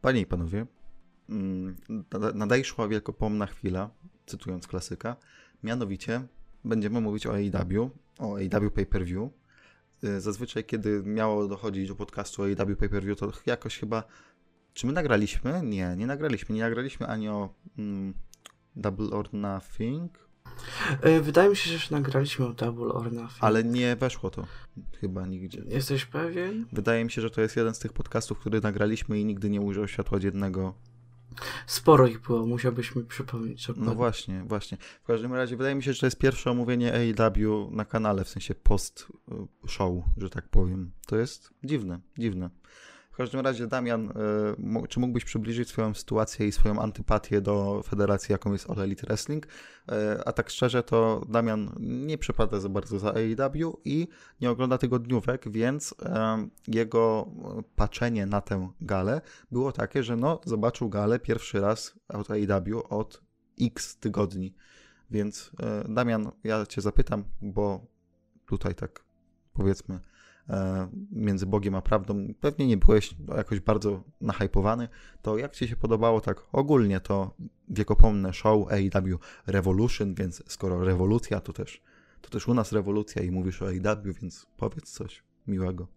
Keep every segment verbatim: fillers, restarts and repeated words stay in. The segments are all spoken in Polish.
Panie i panowie, mm, nada- nadejszła wielkopomna chwila, cytując klasyka, mianowicie będziemy mówić o A E W, o A E W Pay-Per-View. Y, Zazwyczaj, kiedy miało dochodzić do podcastu o A E W Pay-Per-View, to jakoś chyba... Czy my nagraliśmy? Nie, nie nagraliśmy. Nie nagraliśmy ani o mm, Double or Nothing, E, Wydaje mi się, że już nagraliśmy o Double or Nothing. ale nie weszło to chyba nigdzie. Jesteś pewien? Wydaje mi się, że to jest jeden z tych podcastów, który nagraliśmy i nigdy nie ujrzał światła dziennego. Sporo ich było, musiałbyś mi przypomnieć. No właśnie, właśnie. W każdym razie wydaje mi się, że to jest pierwsze omówienie A E W na kanale, w sensie post-show, że tak powiem. To jest dziwne, dziwne. W każdym razie, Damian, y, mo- czy mógłbyś przybliżyć swoją sytuację i swoją antypatię do federacji, jaką jest All Elite Wrestling? Y, a tak szczerze, to Damian nie przepada za bardzo za A E W i nie ogląda tygodniówek, więc y, jego patrzenie na tę galę było takie, że no, zobaczył galę pierwszy raz od A E W od X tygodni. Więc y, Damian, ja cię zapytam, bo tutaj tak powiedzmy między Bogiem a prawdą, pewnie nie byłeś jakoś bardzo nahypowany, to jak ci się podobało tak ogólnie to wiekopomne show A E W Revolution, więc skoro rewolucja, to też, to też u nas rewolucja i mówisz o A E W, więc powiedz coś miłego.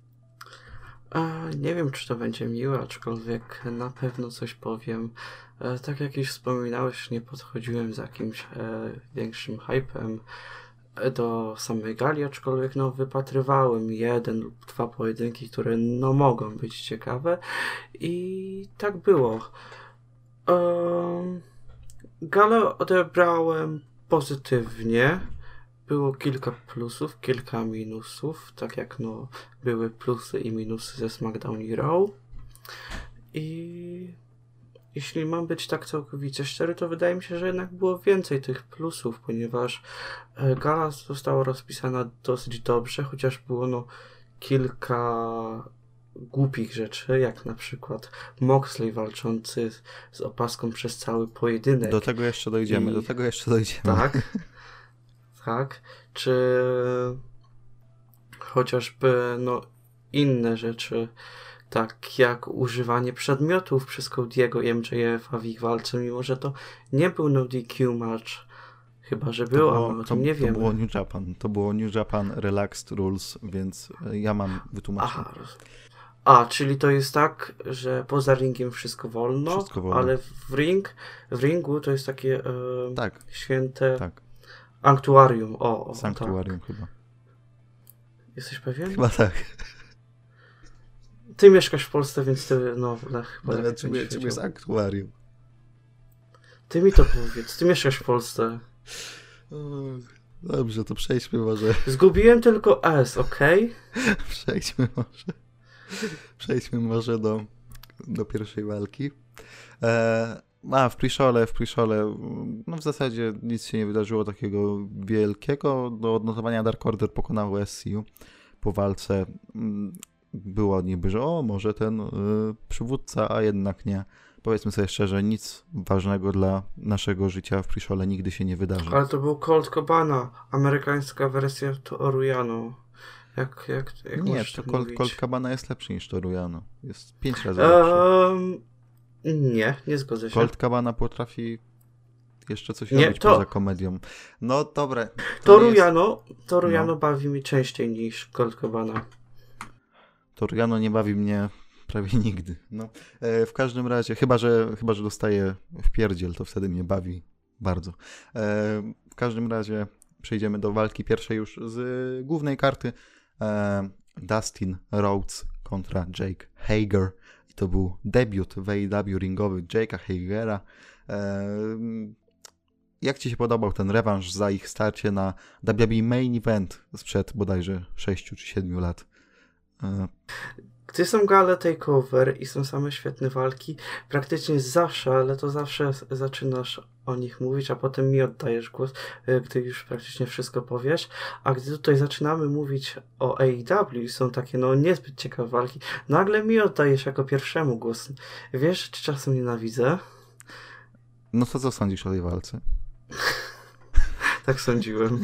E, nie wiem, czy to będzie miłe, aczkolwiek na pewno coś powiem. E, tak jak już wspominałeś, nie podchodziłem z jakimś e, większym hypem do samej gali, aczkolwiek no wypatrywałem jeden lub dwa pojedynki, które no mogą być ciekawe i tak było. Um, galę odebrałem pozytywnie. Było kilka plusów, kilka minusów, tak jak no były plusy i minusy ze SmackDown i Raw. I jeśli mam być tak całkowicie szczery, to wydaje mi się, że jednak było więcej tych plusów, ponieważ e, gala została rozpisana dosyć dobrze, chociaż było no kilka głupich rzeczy, jak na przykład Moxley walczący z, z opaską przez cały pojedynek. Do tego jeszcze dojdziemy, I... do tego jeszcze dojdziemy. Tak, tak. Czy chociażby no inne rzeczy, tak jak używanie przedmiotów przez Cody'ego i M J F-a w ich walce, mimo że to nie był no D Q match. Chyba, że był, było, a my o to, tym nie to wiemy. było New Japan, to było New Japan Relaxed Rules, więc ja mam wytłumaczenie. Aha, roz... A, czyli to jest tak, że poza ringiem wszystko wolno, Wszystko wolno. ale w ring, w ringu to jest takie e, Tak, święte tak. sanktuarium. O, o Sanktuarium tak. chyba. Jesteś pewien? Chyba tak. Ty mieszkasz w Polsce, więc ty no, no chyba Nawet lepiej czym, będziesz czym wiedział. jest aktuarium? Ty mi to powiedz, ty mieszkasz w Polsce. Dobrze, to przejdźmy może. Zgubiłem tylko S, okej? Okay? Przejdźmy może. Przejdźmy może do, do pierwszej walki. E, a, w pre-show'le, w pre-show'le, no w zasadzie nic się nie wydarzyło takiego wielkiego. Do odnotowania Dark Order pokonało S C U po walce. Było niby, że o, może ten y, przywódca, a jednak nie. Powiedzmy sobie szczerze, nic ważnego dla naszego życia w pre-show'le nigdy się nie wydarzy. Ale to był Colt Cabana, amerykańska wersja Toru Yano. Jak, jak, jak Nie, możesz to tak Colt, mówić? Colt Cabana jest lepszy niż Toru Yano. Jest pięć razy lepszy. Um, nie, nie zgodzę się. Colt Cabana potrafi jeszcze coś Nie, robić to- poza komedią. No dobre. to Toru nie jest- Yano, Toru No. Yano bawi mi częściej niż Colt Cabana. Toru Yano nie bawi mnie prawie nigdy. No, e, w każdym razie, chyba że, chyba, że dostaję w pierdziel, to wtedy mnie bawi bardzo. E, w każdym razie przejdziemy do walki pierwszej już z głównej karty. E, Dustin Rhodes kontra Jake Hager. I to był debiut w A E W ringowy Jake'a Hagera. E, jak ci się podobał ten rewanż za ich starcie na W W E Main Event sprzed bodajże sześciu czy siedmiu lat? E, Gdy są gale takeover i są same świetne walki, praktycznie zawsze, ale to zawsze z- zaczynasz o nich mówić, a potem mi oddajesz głos, y, gdy już praktycznie wszystko powiesz. A gdy tutaj zaczynamy mówić o A E W i są takie no niezbyt ciekawe walki, nagle mi oddajesz jako pierwszemu głos. Wiesz, czy czasem nienawidzę? No to co sądzisz o tej walce? Tak sądziłem.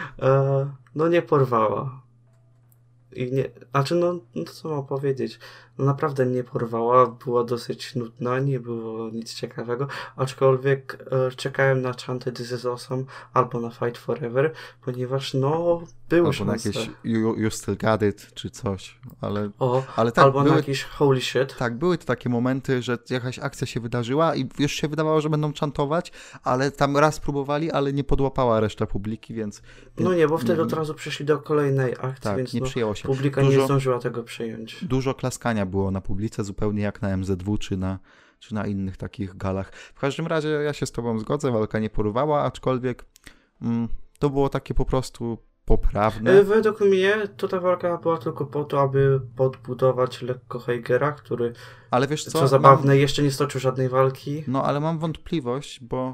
e, no nie porwała. I nie, znaczy no, no co mam powiedzieć, naprawdę nie porwała, była dosyć nudna, nie było nic ciekawego, aczkolwiek e, czekałem na Chanted This Is Awesome albo na Fight Forever, ponieważ no były Albo szanse. na jakieś you, you Still Got It, czy coś, ale... O, ale tak, albo były, na jakiś Holy Shit. Tak, były to takie momenty, że jakaś akcja się wydarzyła i już się wydawało, że będą chantować, ale tam raz próbowali, ale nie podłapała reszta publiki, więc... No nie, bo wtedy nie, od razu przeszli do kolejnej akcji, tak, więc nie no, przyjęło się. publika Dużo, nie zdążyła tego przyjąć. Dużo klaskania było na publice, zupełnie jak na M Z W czy na, czy na innych takich galach. W każdym razie ja się z tobą zgodzę, walka nie porwała, aczkolwiek mm, to było takie po prostu poprawne. Według mnie to ta walka była tylko po to, aby podbudować lekko Heigera, który, ale wiesz co, co zabawne, mam... jeszcze nie stoczył żadnej walki. No, ale mam wątpliwość, bo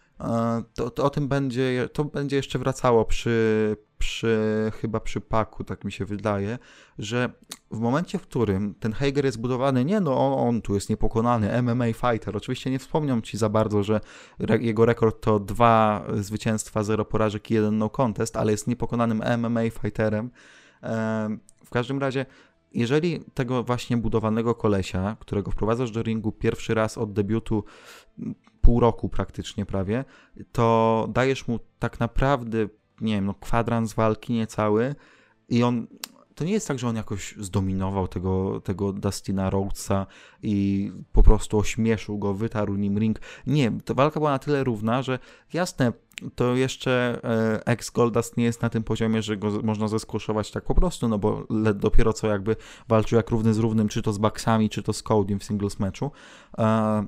e, to, to o tym będzie, to będzie jeszcze wracało przy, przy, chyba przy Paku, tak mi się wydaje, że w momencie, w którym ten Heiger jest budowany, nie no, on, on tu jest niepokonany, M M A fighter, oczywiście nie wspomniał ci za bardzo, że re, jego rekord to dwa zwycięstwa, zero porażek i jeden no contest, ale jest niepokonanym M M A fighterem. E, w każdym razie, jeżeli tego właśnie budowanego kolesia, którego wprowadzasz do ringu pierwszy raz od debiutu, pół roku praktycznie prawie, to dajesz mu tak naprawdę, nie wiem, no kwadrans walki niecały i on, to nie jest tak, że on jakoś zdominował tego, tego Dustina Rhodesa i po prostu ośmieszył go, wytarł nim ring. Nie, ta walka była na tyle równa, że jasne, to jeszcze e, ex-Goldust nie jest na tym poziomie, że go można zeskuszować tak po prostu, no bo le, dopiero co jakby walczył jak równy z równym, czy to z Bucksami, czy to z Codym w singles meczu, e,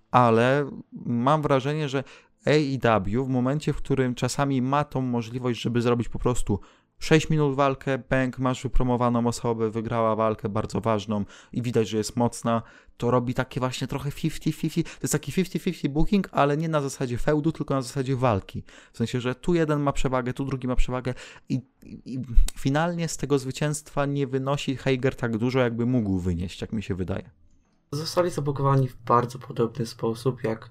ale mam wrażenie, że A E W w momencie, w którym czasami ma tą możliwość, żeby zrobić po prostu sześć minut walkę, bang, masz wypromowaną osobę, wygrała walkę bardzo ważną i widać, że jest mocna, to robi takie właśnie trochę pięćdziesiąt pięćdziesiąt, to jest taki pięćdziesiąt pięćdziesiąt booking, ale nie na zasadzie feudu, tylko na zasadzie walki. W sensie, że tu jeden ma przewagę, tu drugi ma przewagę i, i, i finalnie z tego zwycięstwa nie wynosi Heiger tak dużo, jakby mógł wynieść, jak mi się wydaje. Zostali zablokowani w bardzo podobny sposób jak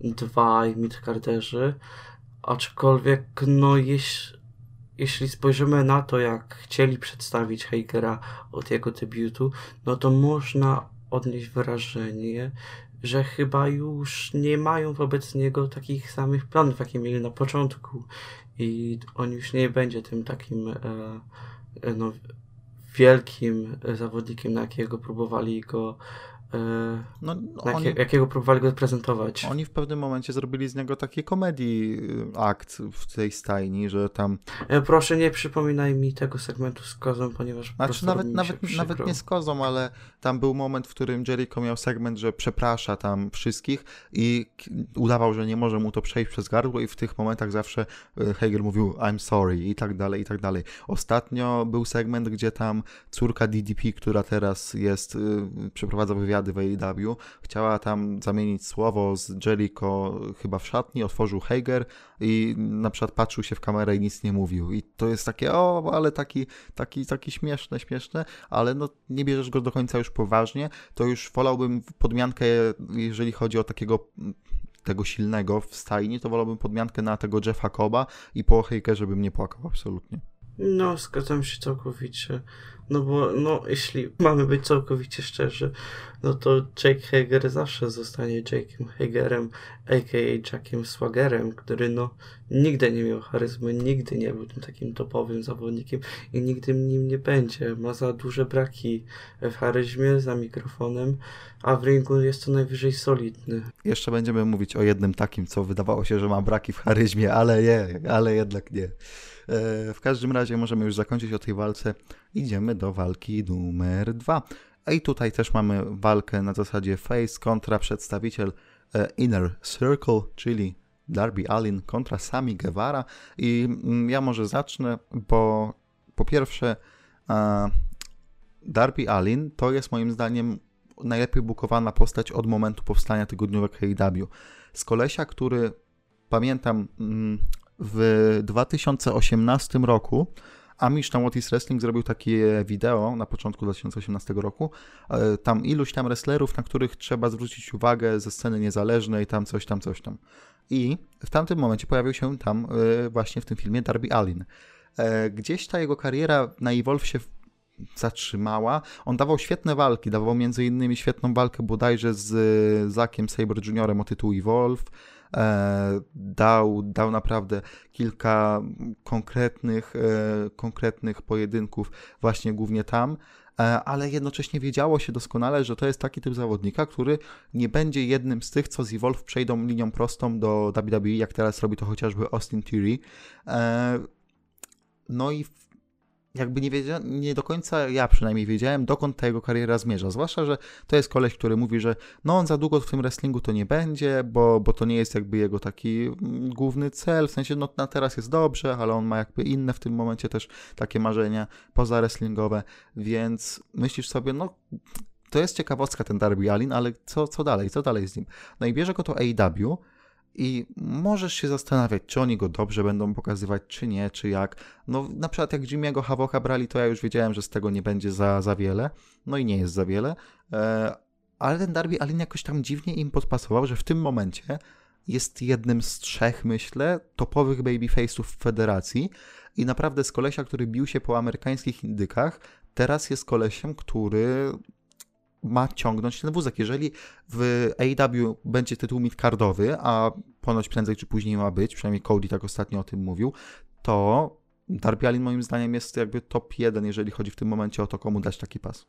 dwaj midcarderzy, aczkolwiek no jeśli, jeśli spojrzymy na to, jak chcieli przedstawić Heigera od jego debiutu, no to można odnieść wrażenie, że chyba już nie mają wobec niego takich samych planów, jakie mieli na początku i on już nie będzie tym takim e, no, wielkim zawodnikiem, na jakiego próbowali go No, jak, oni, jakiego próbowali go prezentować. Oni w pewnym momencie zrobili z niego taki komedii akt w tej stajni, że tam... Proszę nie przypominaj mi tego segmentu z Kozą, ponieważ Znaczy nawet, nawet, nawet nie z Kozą, ale tam był moment, w którym Jericho miał segment, że przeprasza tam wszystkich i udawał, że nie może mu to przejść przez gardło i w tych momentach zawsze Heiger mówił I'm sorry i tak dalej, i tak dalej. Ostatnio był segment, gdzie tam córka D D P, która teraz jest, przeprowadza wywiady w A E W, chciała tam zamienić słowo z Jericho chyba w szatni, otworzył Heiger i na przykład patrzył się w kamerę i nic nie mówił. I to jest takie, o, ale taki, taki, taki śmieszne, śmieszne, ale no nie bierzesz go do końca już poważnie, to już wolałbym podmiankę, jeżeli chodzi o takiego tego silnego w stajni, to wolałbym podmiankę na tego Jeffa Cobba i po Heigerze bym nie płakał absolutnie. No, zgadzam się całkowicie. No bo, no, jeśli mamy być całkowicie szczerzy, no to Jake Hager zawsze zostanie Jake'em Hagerem, a k a. Jackiem Swaggerem, który, no, nigdy nie miał charyzmy, nigdy nie był tym takim topowym zawodnikiem i nigdy nim nie będzie. Ma za duże braki w charyzmie, za mikrofonem, a w ringu jest to najwyżej solidny. Jeszcze będziemy mówić o jednym takim, co wydawało się, że ma braki w charyzmie, ale nie, ale jednak nie. W każdym razie możemy już zakończyć o tej walce. Idziemy do walki numer dwa. I tutaj też mamy walkę na zasadzie face kontra przedstawiciel Inner Circle, czyli Darby Allin kontra Sammy Guevara. I ja może zacznę, bo po pierwsze Darby Allin to jest moim zdaniem najlepiej bukowana postać od momentu powstania tygodniówek A E W. Z kolesia, który pamiętam w dwa tysiące osiemnastym roku Amish tam Otis Wrestling zrobił takie wideo na początku dwa tysiące osiemnastego roku, tam iluś tam wrestlerów, na których trzeba zwrócić uwagę ze sceny niezależnej, tam coś tam, coś tam. I w tamtym momencie pojawił się tam właśnie w tym filmie Darby Allin. Gdzieś ta jego kariera na Evolve się zatrzymała. On dawał świetne walki, dawał między innymi świetną walkę bodajże z Zackiem Sabre juniorem o tytuł Evolve. E, dał, dał naprawdę kilka konkretnych, e, konkretnych pojedynków właśnie głównie tam, e, ale jednocześnie wiedziało się doskonale, że to jest taki typ zawodnika, który nie będzie jednym z tych, co z Evolve przejdą linią prostą do W W E, jak teraz robi to chociażby Austin Theory. E, no i jakby nie wiedziałem, nie do końca ja przynajmniej wiedziałem, dokąd ta jego kariera zmierza. Zwłaszcza, że to jest koleś, który mówi, że no on za długo w tym wrestlingu to nie będzie, bo, bo to nie jest jakby jego taki mm, główny cel, w sensie no na teraz jest dobrze, ale on ma jakby inne w tym momencie też takie marzenia poza wrestlingowe, więc myślisz sobie, no to jest ciekawostka ten Darby Allin, ale co, co dalej, co dalej z nim? No i bierze go to A E W i możesz się zastanawiać, czy oni go dobrze będą pokazywać, czy nie, czy jak. No na przykład jak Jimmy'ego Havoca brali, to ja już wiedziałem, że z tego nie będzie za, za wiele. No i nie jest za wiele. E, ale ten Darby Allin jakoś tam dziwnie im podpasował, że w tym momencie jest jednym z trzech, myślę, topowych babyface'ów w federacji i naprawdę z kolesia, który bił się po amerykańskich indykach, teraz jest kolesiem, który ma ciągnąć ten wózek. Jeżeli w A E W będzie tytuł midcardowy, a ponoć prędzej czy później ma być, przynajmniej Cody tak ostatnio o tym mówił, to Darby Allin moim zdaniem jest jakby top jeden, jeżeli chodzi w tym momencie o to, komu dać taki pas.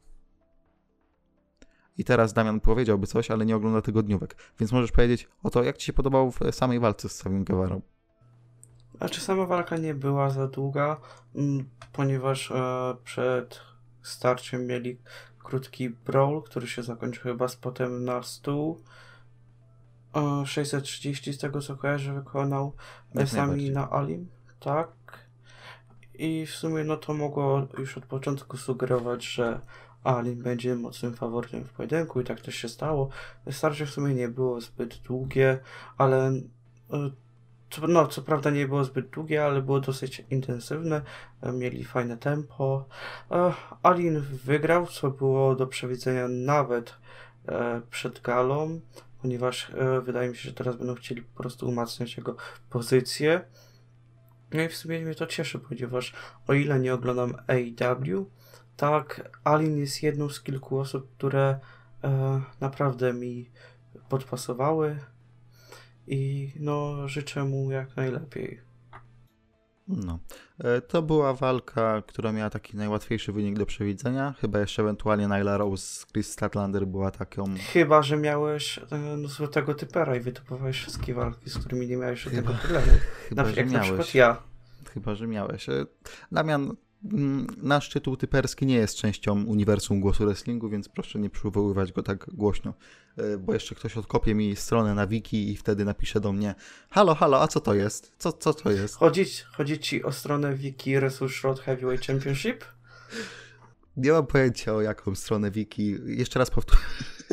I teraz Damian powiedziałby coś, ale nie ogląda tygodniówek, więc możesz powiedzieć o to, jak ci się podobało w samej walce z Samim Guevarą. Znaczy sama walka nie była za długa, ponieważ e, przed starciem mieli krótki brawl, który się zakończył chyba spotem na stół. E, sześćset trzydzieści z tego co kojarzę wykonał Sami na Allin. Tak. I w sumie no to mogło już od początku sugerować, że Allin będzie mocnym faworytem w pojedynku i tak też się stało. Starcie w sumie nie było zbyt długie, ale e, Co, no, co prawda nie było zbyt długie, ale było dosyć intensywne. Mieli fajne tempo. E, Allin wygrał, co było do przewidzenia nawet e, przed galą, ponieważ e, wydaje mi się, że teraz będą chcieli po prostu umacniać jego pozycję. No i w sumie mnie to cieszy, ponieważ o ile nie oglądam A E W, tak Allin jest jedną z kilku osób, które e, naprawdę mi podpasowały. I no, życzę mu jak najlepiej. No. To była walka, która miała taki najłatwiejszy wynik do przewidzenia. Chyba jeszcze ewentualnie Nyla Rose z Chris Statlander była taką... Chyba, że miałeś no, złotego typera i wytypowałeś wszystkie walki, z którymi nie miałeś żadnego Chyba, problemu. chyba, na, że jak miałeś. na przykład ja. Chyba, że miałeś. Damian, nasz tytuł typerski nie jest częścią uniwersum Głosu Wrestlingu, więc proszę nie przywoływać go tak głośno, bo jeszcze ktoś odkopie mi stronę na wiki i wtedy napisze do mnie: halo, halo, a co to jest? Co, co to jest? Chodzi, chodzi ci o stronę wiki Wrestle Shroud Heavyweight Championship? Nie mam pojęcia, o jaką stronę wiki. Jeszcze raz powtórzę.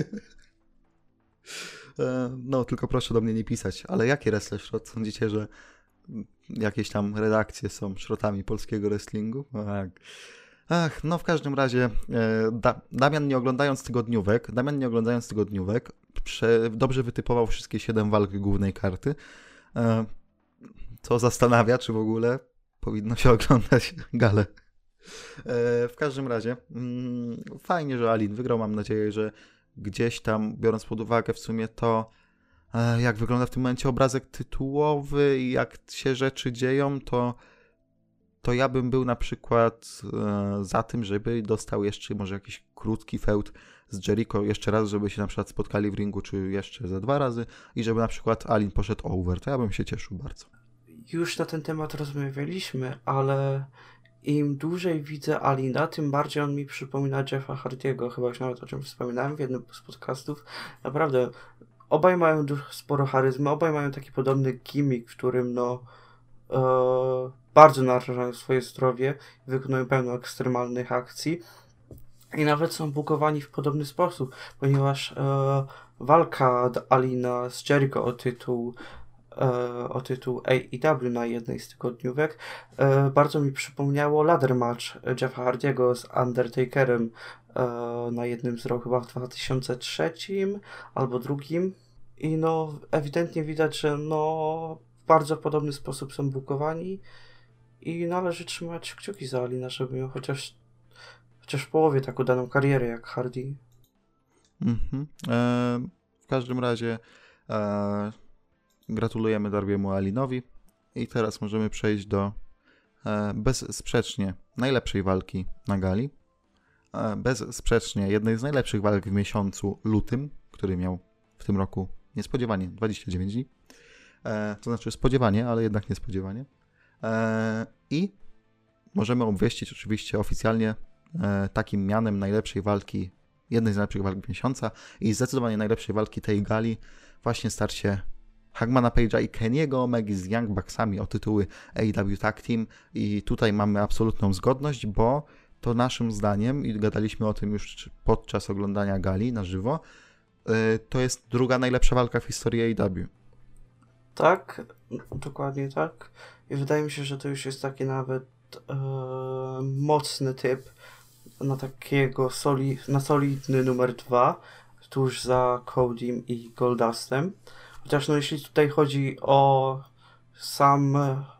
No, tylko proszę do mnie nie pisać. Ale jakie Wrestle Shroud? Sądzicie, że jakieś tam redakcje są szrotami polskiego wrestlingu? Tak. Ach, no w każdym razie da, Damian nie oglądając tygodniówek, Damian nie oglądając tygodniówek prze, dobrze wytypował wszystkie siedem walk głównej karty, e, co zastanawia, czy w ogóle powinno się oglądać galę. E, w każdym razie mm, fajnie, że Allin wygrał, mam nadzieję, że gdzieś tam, biorąc pod uwagę w sumie to, jak wygląda w tym momencie obrazek tytułowy i jak się rzeczy dzieją, to, to ja bym był na przykład e, za tym, żeby dostał jeszcze może jakiś krótki feud z Jericho jeszcze raz, żeby się na przykład spotkali w ringu, czy jeszcze ze dwa razy i żeby na przykład Allin poszedł over, to ja bym się cieszył bardzo. Już na ten temat rozmawialiśmy, ale im dłużej widzę Allina, tym bardziej on mi przypomina Jeffa Hardiego, chyba już nawet o czym wspominałem w jednym z podcastów. Naprawdę obaj mają sporo charyzmy, obaj mają taki podobny gimmick, w którym no e, bardzo narażają swoje zdrowie, wykonują pełno ekstremalnych akcji i nawet są bukowani w podobny sposób, ponieważ e, walka Allina z Jericho o tytuł e, o tytuł A E W na jednej z tygodniówek e, bardzo mi przypomniało ladder match Jeffa Hardiego z Undertakerem na jednym z Raw chyba w dwa tysiące trzecim albo drugim i no ewidentnie widać, że no w bardzo podobny sposób są bukowani i należy trzymać kciuki za Allina, żeby miał chociaż chociaż w połowie tak udaną karierę jak Hardy. Mhm. E, w każdym razie e, gratulujemy Darby'emu Allinowi i teraz możemy przejść do e, bezsprzecznie najlepszej walki na gali. E, bezsprzecznie jednej z najlepszych walk w miesiącu lutym, który miał w tym roku niespodziewanie dwadzieścia dziewięć dni. E, to znaczy spodziewanie, ale jednak niespodziewanie. E, I możemy obwieścić oczywiście oficjalnie e, takim mianem najlepszej walki, jednej z najlepszych walk miesiąca i zdecydowanie najlepszej walki tej gali właśnie starcie Hangmana Page'a i Kenny'ego Omegi z Young Bucksami o tytuły A E W Tag Team i tutaj mamy absolutną zgodność, bo to naszym zdaniem, i gadaliśmy o tym już podczas oglądania gali na żywo, e, to jest druga najlepsza walka w historii A E W. Tak, dokładnie tak. I wydaje mi się, że to już jest taki nawet e, mocny typ na takiego soli, na solidny numer dwa, tuż za Codym i Goldustem. Chociaż no jeśli tutaj chodzi o sam,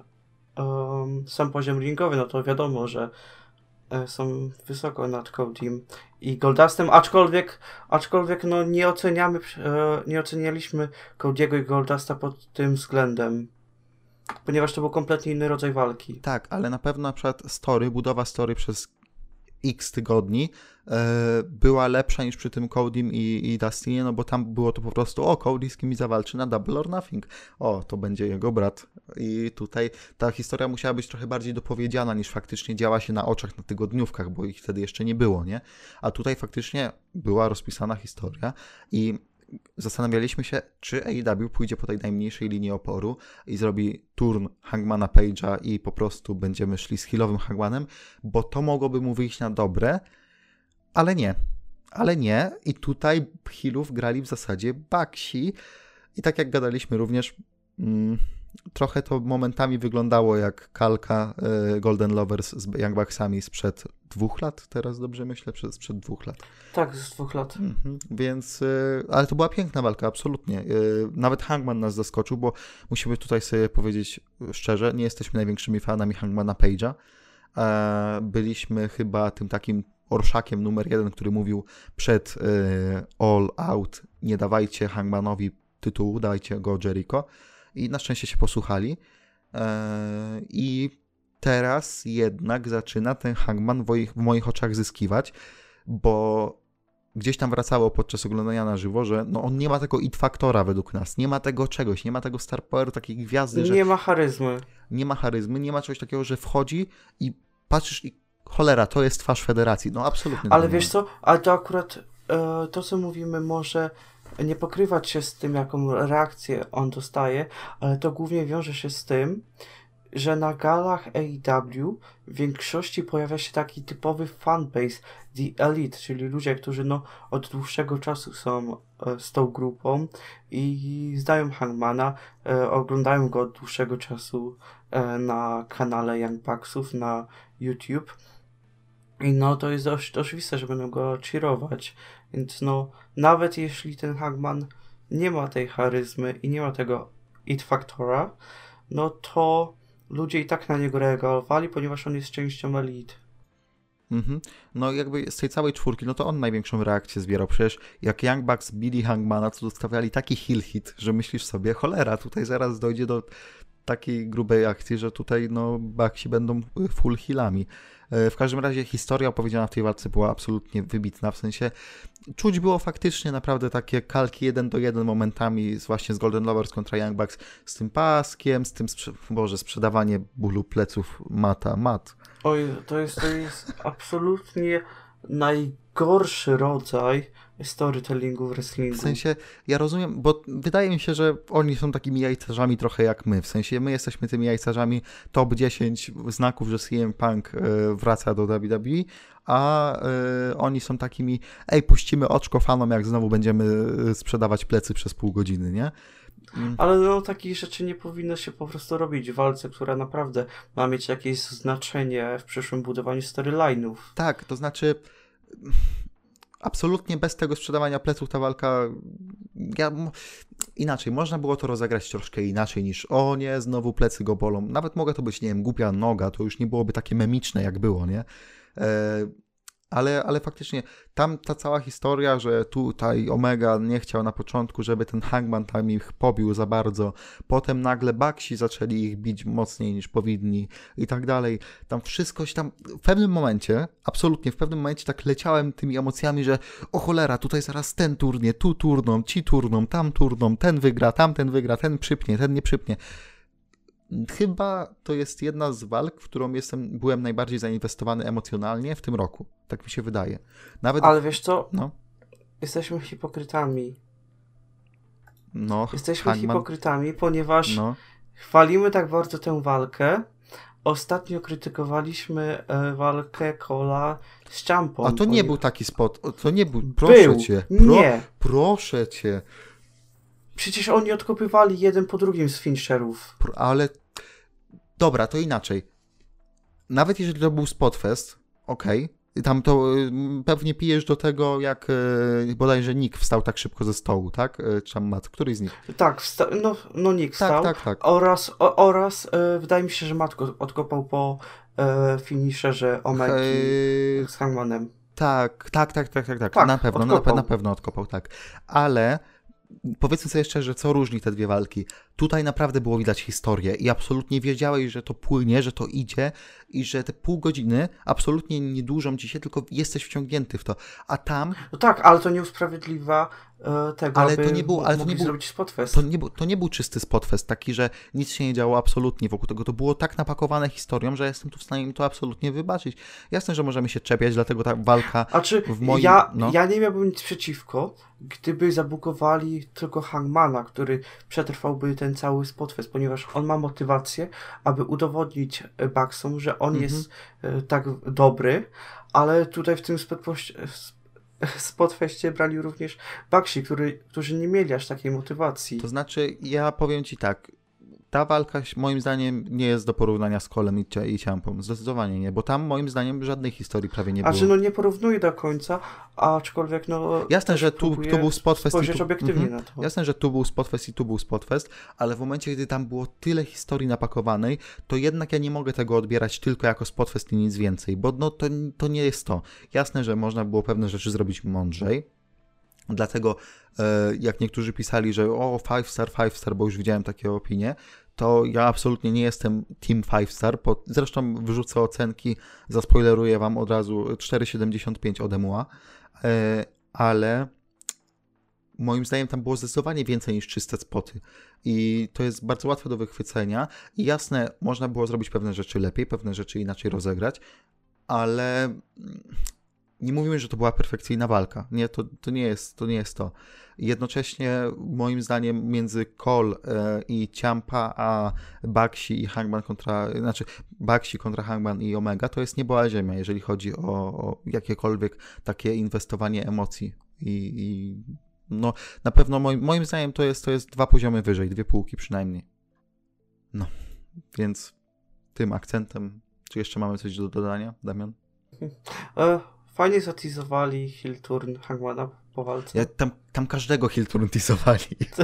um, sam poziom ringowy, no to wiadomo, że e, są wysoko nad Codym i Goldustem, aczkolwiek, aczkolwiek no nie oceniamy, e, nie ocenialiśmy Cody'ego i Goldusta pod tym względem, ponieważ to był kompletnie inny rodzaj walki. Tak, ale na pewno na przykład story, budowa story przez x tygodni e, była lepsza niż przy tym Codym i, i Dustinie, no bo tam było to po prostu o, Cody z kimś zawalczy na Double or Nothing. O, to będzie jego brat. I tutaj ta historia musiała być trochę bardziej dopowiedziana niż faktycznie działa się na oczach na tygodniówkach, bo ich wtedy jeszcze nie było, nie? A tutaj faktycznie była rozpisana historia i zastanawialiśmy się, czy A E W pójdzie po tej najmniejszej linii oporu i zrobi turn Hangmana Page'a i po prostu będziemy szli z healowym Hangmanem, bo to mogłoby mu wyjść na dobre, ale nie. Ale nie. I tutaj healów grali w zasadzie Bucksi i tak jak gadaliśmy również, mm, trochę to momentami wyglądało jak kalka y, Golden Lovers z Young Bucksami sprzed dwóch lat, teraz dobrze myślę, przed, sprzed dwóch lat. Tak, z dwóch lat. Mhm, więc, y, ale to była piękna walka, absolutnie. Y, nawet Hangman nas zaskoczył, bo musimy tutaj sobie powiedzieć szczerze, nie jesteśmy największymi fanami Hangmana Page'a. E, byliśmy chyba tym takim orszakiem numer jeden, który mówił przed y, All Out, nie dawajcie Hangmanowi tytułu, dajcie go Jericho. I na szczęście się posłuchali. E, I teraz jednak zaczyna ten Hangman w moich, w moich oczach zyskiwać, bo gdzieś tam wracało podczas oglądania na żywo, że no on nie ma tego it faktora według nas, nie ma tego czegoś, nie ma tego star poweru, takiej gwiazdy, że Nie ma charyzmy. nie ma charyzmy, nie ma czegoś takiego, że wchodzi i patrzysz i cholera, to jest twarz federacji. No absolutnie. Ale wiesz co, ale to akurat e, to, co mówimy, może nie pokrywać się z tym, jaką reakcję on dostaje, ale to głównie wiąże się z tym, że na galach A E W w większości pojawia się taki typowy fanbase, The Elite, czyli ludzie, którzy no od dłuższego czasu są e, z tą grupą i znają Hangmana, e, oglądają go od dłuższego czasu e, na kanale Young Bucksów na YouTube. I no to jest dość oczywiste, że będą go cheerować. Więc no, nawet jeśli ten Hangman nie ma tej charyzmy i nie ma tego it faktora, no to ludzie i tak na niego reagowali, ponieważ on jest częścią Elite. Mhm. No jakby z tej całej czwórki, no to on największą reakcję zbierał. Przecież jak Young Bucks bili Hangmana, to dostawiali taki heel hit, że myślisz sobie, cholera, tutaj zaraz dojdzie do takiej grubej akcji, że tutaj no Bucksi będą full healami. W każdym razie historia opowiedziana w tej walce była absolutnie wybitna, w sensie czuć było faktycznie naprawdę takie kalki jeden do jeden momentami z, właśnie z Golden Lovers kontra Young Bucks, z tym paskiem, z tym, sprze- Boże, sprzedawanie bólu pleców Mata, Mat. Oj, to jest, to jest absolutnie najgorszy rodzaj storytellingu w wrestlingu. W sensie, ja rozumiem, bo wydaje mi się, że oni są takimi jajcarzami trochę jak my. W sensie, my jesteśmy tymi jajcarzami top dziesięć znaków, że C M Punk y, wraca do W W E, a y, oni są takimi, ej, puścimy oczko fanom, jak znowu będziemy sprzedawać plecy przez pół godziny, nie? Ale no takich rzeczy nie powinno się po prostu robić w walce, która naprawdę ma mieć jakieś znaczenie w przyszłym budowaniu storyline'ów. Tak, to znaczy absolutnie bez tego sprzedawania pleców ta walka, ja, inaczej, można było to rozegrać troszkę inaczej niż o nie, znowu plecy go bolą. Nawet mogła to być, nie wiem, głupia noga, to już nie byłoby takie memiczne jak było, nie? E, Ale, ale faktycznie tam ta cała historia, że tutaj Omega nie chciał na początku, żeby ten Hangman tam ich pobił za bardzo, potem nagle Bakshi zaczęli ich bić mocniej niż powinni i tak dalej. Tam wszystko się tam w pewnym momencie, absolutnie w pewnym momencie tak leciałem tymi emocjami, że o cholera, tutaj zaraz ten turnie, tu turną, ci turną, tam turną, ten wygra, tamten wygra, ten przypnie, ten nie przypnie. Chyba to jest jedna z walk, w którą jestem, byłem najbardziej zainwestowany emocjonalnie w tym roku. Tak mi się wydaje. Nawet... Ale wiesz co? No. Jesteśmy hipokrytami. No, Jesteśmy Hangman... hipokrytami, ponieważ no. chwalimy tak bardzo tę walkę. Ostatnio krytykowaliśmy e, walkę Cole'a z Ciampą. A to nie był taki spot. To nie był. Proszę był. cię. Pro... Nie. Proszę cię. Przecież oni odkopywali jeden po drugim z finisherów. Pro... Ale... Dobra, to inaczej. Nawet jeżeli to był Spotfest, okej. Okay. Tam to y, pewnie pijesz do tego, jak y, bodajże Nick wstał tak szybko ze stołu, tak? Y, czy Matt, któryś z nich? Tak, wsta- no, no Nick Tak, wstał. tak, tak. Oraz, o, oraz e, wydaje mi się, że Matko odkopał po e, finisherze Omegi Hej... z Hangmanem. Tak, tak, tak, tak, tak, tak. Tak, na pewno, na, odkopał. na pewno odkopał, tak. Ale powiedzmy sobie szczerze, co różni te dwie walki. Tutaj naprawdę było widać historię i absolutnie wiedziałeś, że to płynie, że to idzie i że te pół godziny absolutnie nie dłużą ci się, tylko jesteś wciągnięty w to. A tam... No tak, ale to nie usprawiedliwia e, tego, ale aby to nie był, ale to nie był, zrobić Spotfest. To nie, był, to nie był czysty Spotfest, taki, że nic się nie działo absolutnie wokół tego. To było tak napakowane historią, że jestem tu w stanie im to absolutnie wybaczyć. Jasne, że możemy się czepiać, dlatego ta walka A czy w moim... ja, no. ja nie miałbym nic przeciwko, gdyby zabukowali tylko Hangmana, który przetrwałby ten cały Spotfest, ponieważ on ma motywację, aby udowodnić Bucksom, że on Mhm. jest e, tak dobry, ale tutaj w tym Spotfeście, Spotfeście brali również Bakshi, który, którzy nie mieli aż takiej motywacji. To znaczy, ja powiem ci tak, ta walka moim zdaniem nie jest do porównania z Colem i, i Ciampą. Zdecydowanie nie, bo tam moim zdaniem żadnej historii prawie nie było. A że no nie porównuję do końca, aczkolwiek no... Jasne, że tu, tu był Spotfest i spojrzeć tu, obiektywnie mhm. na to. Jasne, że tu był Spotfest i tu był Spotfest, ale w momencie, gdy tam było tyle historii napakowanej, to jednak ja nie mogę tego odbierać tylko jako Spotfest i nic więcej, bo no to, to nie jest to. Jasne, że można było pewne rzeczy zrobić mądrzej. Dlatego e, jak niektórzy pisali, że o, five star, five star, bo już widziałem takie opinie, to ja absolutnie nie jestem team five star. Po, zresztą wyrzucę ocenki, zaspoileruję wam od razu cztery przecinek siedemdziesiąt pięć ode M U A, e, ale moim zdaniem tam było zdecydowanie więcej niż czyste spoty i to jest bardzo łatwe do wychwycenia i jasne, można było zrobić pewne rzeczy lepiej, pewne rzeczy inaczej rozegrać, ale nie mówimy, że to była perfekcyjna walka. Nie, to, to, nie, jest, to nie jest to. Jednocześnie moim zdaniem między Cole e, i Ciampa, a Bakshi i Hangman kontra, znaczy Bakshi kontra Hangman i Omega, to jest niebo a ziemia, jeżeli chodzi o, o jakiekolwiek takie inwestowanie emocji i, i no na pewno moim, moim zdaniem to jest, to jest dwa poziomy wyżej, dwie półki przynajmniej. No, więc tym akcentem, czy jeszcze mamy coś do dodania, Damian? E, fajnie zatizowali heel turn Hangmana po walce. Ja, tam, tam każdego heel turn teasowali.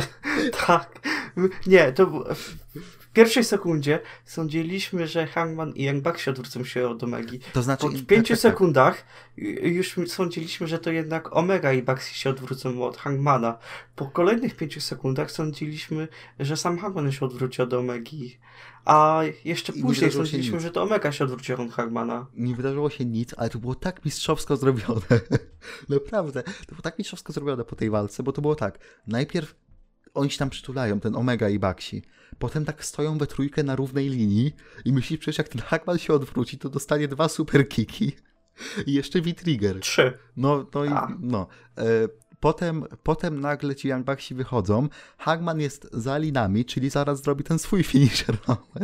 Tak. Nie, to było... W pierwszej sekundzie sądziliśmy, że Hangman i Young Bucks się odwrócą się od Omegi. To znaczy, Po pięciu tak, tak, sekundach już sądziliśmy, że to jednak Omega i Bucks się odwrócą od Hangmana. Po kolejnych pięciu sekundach sądziliśmy, że sam Hangman się odwróci od Omegi. A jeszcze I później sądziliśmy, że to Omega się odwróci od Hangmana. Nie wydarzyło się nic, ale to było tak mistrzowsko zrobione. Naprawdę. To było tak mistrzowsko zrobione po tej walce, bo to było tak. Najpierw oni się tam przytulają, ten Omega i Bakshi. Potem tak stoją we trójkę na równej linii i myślisz, przecież jak ten Hangman się odwróci, to dostanie dwa super kiki i jeszcze V-trigger. Trzy. No, no i A. no. E, potem, potem nagle ci Young Bucksi wychodzą, Hangman jest za linami, czyli zaraz zrobi ten swój finisher.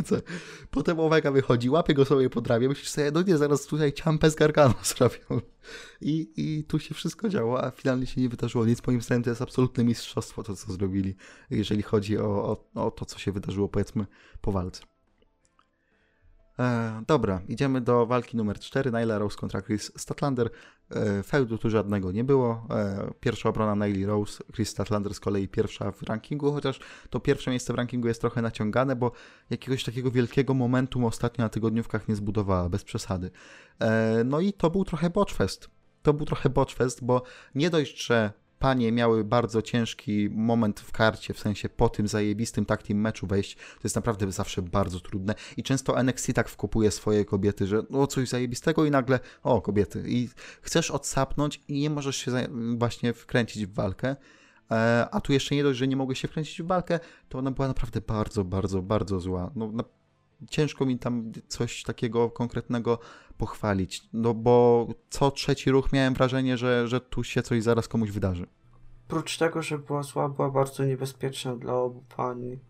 Potem Omega wychodzi, łapie go sobie po drawie, myślisz sobie, no nie, zaraz tutaj Ciampę z Gargano zrobią. I, I tu się wszystko działo, a finalnie się nie wydarzyło nic. Moim zdaniem to jest absolutne mistrzostwo to, co zrobili, jeżeli chodzi o, o, o to, co się wydarzyło, powiedzmy, po walce. E, dobra, idziemy do walki numer cztery. Nyla Rose kontra Chris Statlander. E, feudu tu żadnego nie było. E, pierwsza obrona Nyli Rose, Chris Statlander z kolei pierwsza w rankingu, chociaż to pierwsze miejsce w rankingu jest trochę naciągane, bo jakiegoś takiego wielkiego momentum ostatnio na tygodniówkach nie zbudowała, bez przesady. E, no i to był trochę botchfest. To był trochę botchfest, bo nie dość, że panie miały bardzo ciężki moment w karcie, w sensie po tym zajebistym tag team meczu wejść, to jest naprawdę zawsze bardzo trudne i często N X T tak wkopuje swoje kobiety, że o coś zajebistego i nagle o kobiety i chcesz odsapnąć i nie możesz się właśnie wkręcić w walkę, a tu jeszcze nie dość, że nie mogłeś się wkręcić w walkę, to ona była naprawdę bardzo, bardzo, bardzo zła. No, na... Ciężko mi tam coś takiego konkretnego pochwalić, no bo co trzeci ruch miałem wrażenie, że, że tu się coś zaraz komuś wydarzy. Prócz tego, że była zła, była bardzo niebezpieczna dla obu pań.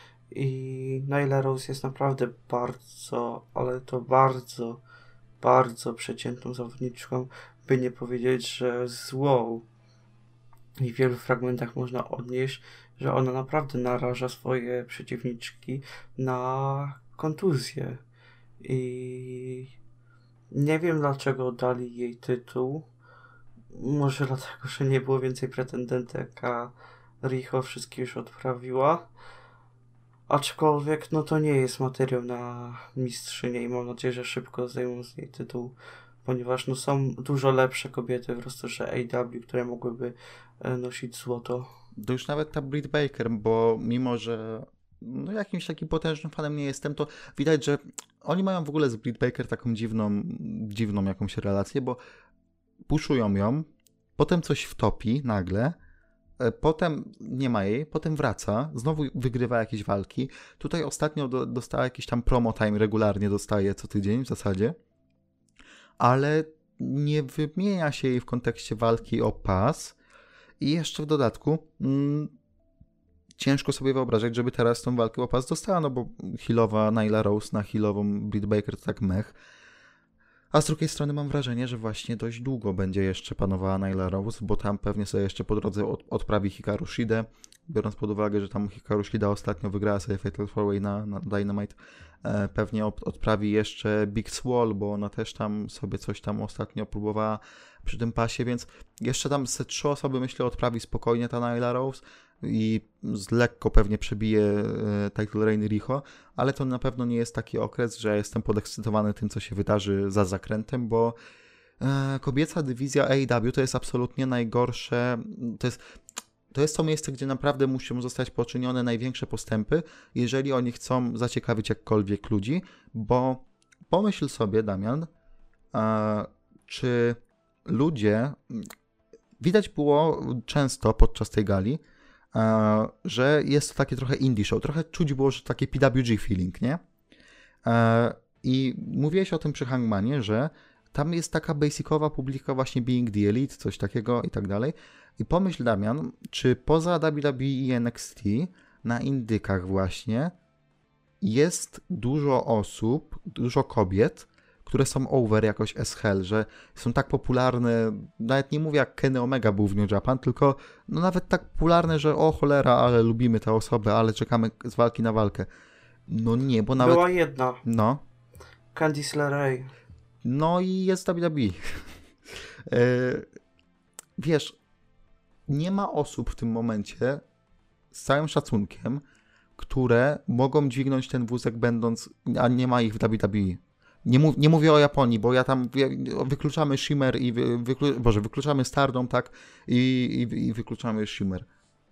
I Nyla Rose jest naprawdę bardzo, ale to bardzo, bardzo przeciętną zawodniczką, by nie powiedzieć, że złą. I w wielu fragmentach można odnieść, że ona naprawdę naraża swoje przeciwniczki na kontuzję. I nie wiem, dlaczego dali jej tytuł. Może dlatego, że nie było więcej pretendentek, a Riho wszystkie już odprawiła. Aczkolwiek, no to nie jest materiał na mistrzynię i mam nadzieję, że szybko zdejmą z niej tytuł, ponieważ no są dużo lepsze kobiety w rosterze A E W, które mogłyby nosić złoto. To już nawet ta Britt Baker, bo mimo, że no jakimś takim potężnym fanem nie jestem, to widać, że oni mają w ogóle z Britt Baker taką dziwną, dziwną jakąś relację, bo puszują ją, potem coś wtopi nagle, potem nie ma jej, potem wraca, znowu wygrywa jakieś walki. Tutaj ostatnio do, dostała jakiś tam promo time, regularnie dostaje co tydzień w zasadzie, ale nie wymienia się jej w kontekście walki o pas i jeszcze w dodatku mm, ciężko sobie wyobrażać, żeby teraz tą walkę o pas dostała, no bo healowa Nyla Rose na healową Britt Baker to tak mech. A z drugiej strony mam wrażenie, że właśnie dość długo będzie jeszcze panowała Nyla Rose, bo tam pewnie sobie jeszcze po drodze od, odprawi Hikaru Shidę, biorąc pod uwagę, że tam Hikaru Shida ostatnio wygrała sobie Fatal four way na, na Dynamite. E, pewnie od, odprawi jeszcze Big Swole, bo ona też tam sobie coś tam ostatnio próbowała przy tym pasie, więc jeszcze tam ze trzy osoby, myślę, odprawi spokojnie ta Nyla Rose i z lekko pewnie przebije e, title reign Riho, ale to na pewno nie jest taki okres, że jestem podekscytowany tym, co się wydarzy za zakrętem, bo e, kobieca dywizja A E W to jest absolutnie najgorsze, to jest, to jest to miejsce, gdzie naprawdę muszą zostać poczynione największe postępy, jeżeli oni chcą zaciekawić jakkolwiek ludzi, bo pomyśl sobie, Damian, e, czy ludzie, widać było często podczas tej gali, e, że jest to takie trochę indie show, trochę czuć było, że takie P W G feeling, nie? E, I mówiłeś o tym przy Hangmanie, że tam jest taka basicowa publika właśnie Being the Elite, coś takiego i tak dalej. I pomyśl, Damian, czy poza W W E i N X T na indykach właśnie jest dużo osób, dużo kobiet, które są over jakoś as hell, że są tak popularne, nawet nie mówię jak Kenny Omega był w New Japan, tylko no nawet tak popularne, że o cholera, ale lubimy tę osobę, ale czekamy z walki na walkę. No nie, bo nawet... Była jedna. No. Candice LeRae. No i jest W W E. e, wiesz, nie ma osób w tym momencie, z całym szacunkiem, które mogą dźwignąć ten wózek będąc, a nie ma ich w W W E. Nie, mów, nie mówię o Japonii, bo ja tam wykluczamy Shimmer i wy, wyklu, Boże, wykluczamy Stardom, tak, i, i, i wykluczamy Shimmer.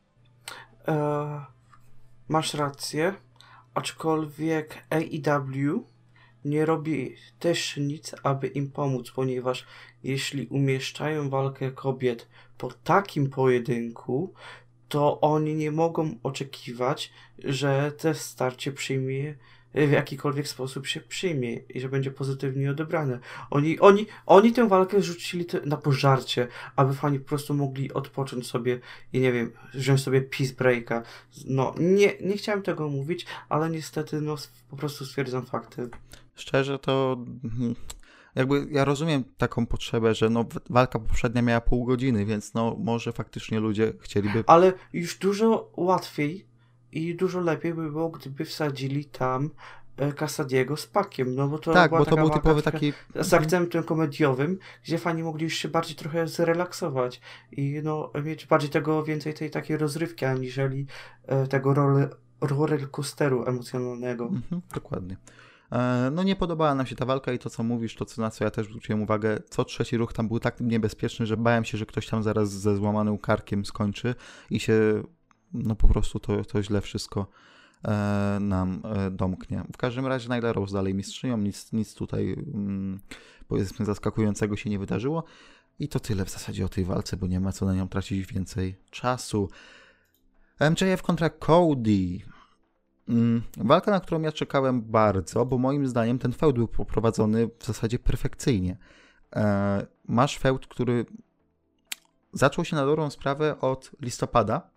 E, masz rację, aczkolwiek A E W nie robi też nic, aby im pomóc, ponieważ jeśli umieszczają walkę kobiet po takim pojedynku, to oni nie mogą oczekiwać, że to starcie przyjmie w jakikolwiek sposób się przyjmie i że będzie pozytywnie odebrane. Oni, oni, oni tę walkę rzucili na pożarcie, aby fani po prostu mogli odpocząć sobie i nie wiem, wziąć sobie peace breaka. No, nie, nie chciałem tego mówić, ale niestety no, po prostu stwierdzam fakty. Szczerze to jakby ja rozumiem taką potrzebę, że no walka poprzednia miała pół godziny, więc no może faktycznie ludzie chcieliby... Ale już dużo łatwiej i dużo lepiej by było, gdyby wsadzili tam Casadiego z Packiem, no bo to Tak, była bo to taka był walka typowy trochę taki... z akcentem komediowym, gdzie fani mogli już się bardziej trochę zrelaksować i no mieć bardziej tego, więcej tej takiej rozrywki, aniżeli e, tego roller, roller coasteru emocjonalnego. Mhm, dokładnie. E, No nie podobała nam się ta walka i to, co mówisz, to co, na co ja też zwróciłem uwagę, co trzeci ruch tam był tak niebezpieczny, że bałem się, że ktoś tam zaraz ze złamanym karkiem skończy i się, no po prostu to, to źle wszystko e, nam e, domknie. W każdym razie Nyla Rose dalej mistrzynią, nic, nic tutaj mm, powiedzmy zaskakującego się nie wydarzyło i to tyle w zasadzie o tej walce, bo nie ma co na nią tracić więcej czasu. M J F kontra Cody. Mm, Walka, na którą ja czekałem bardzo, bo moim zdaniem ten feud był poprowadzony w zasadzie perfekcyjnie. E, masz feud, który zaczął się na dobrą sprawę od listopada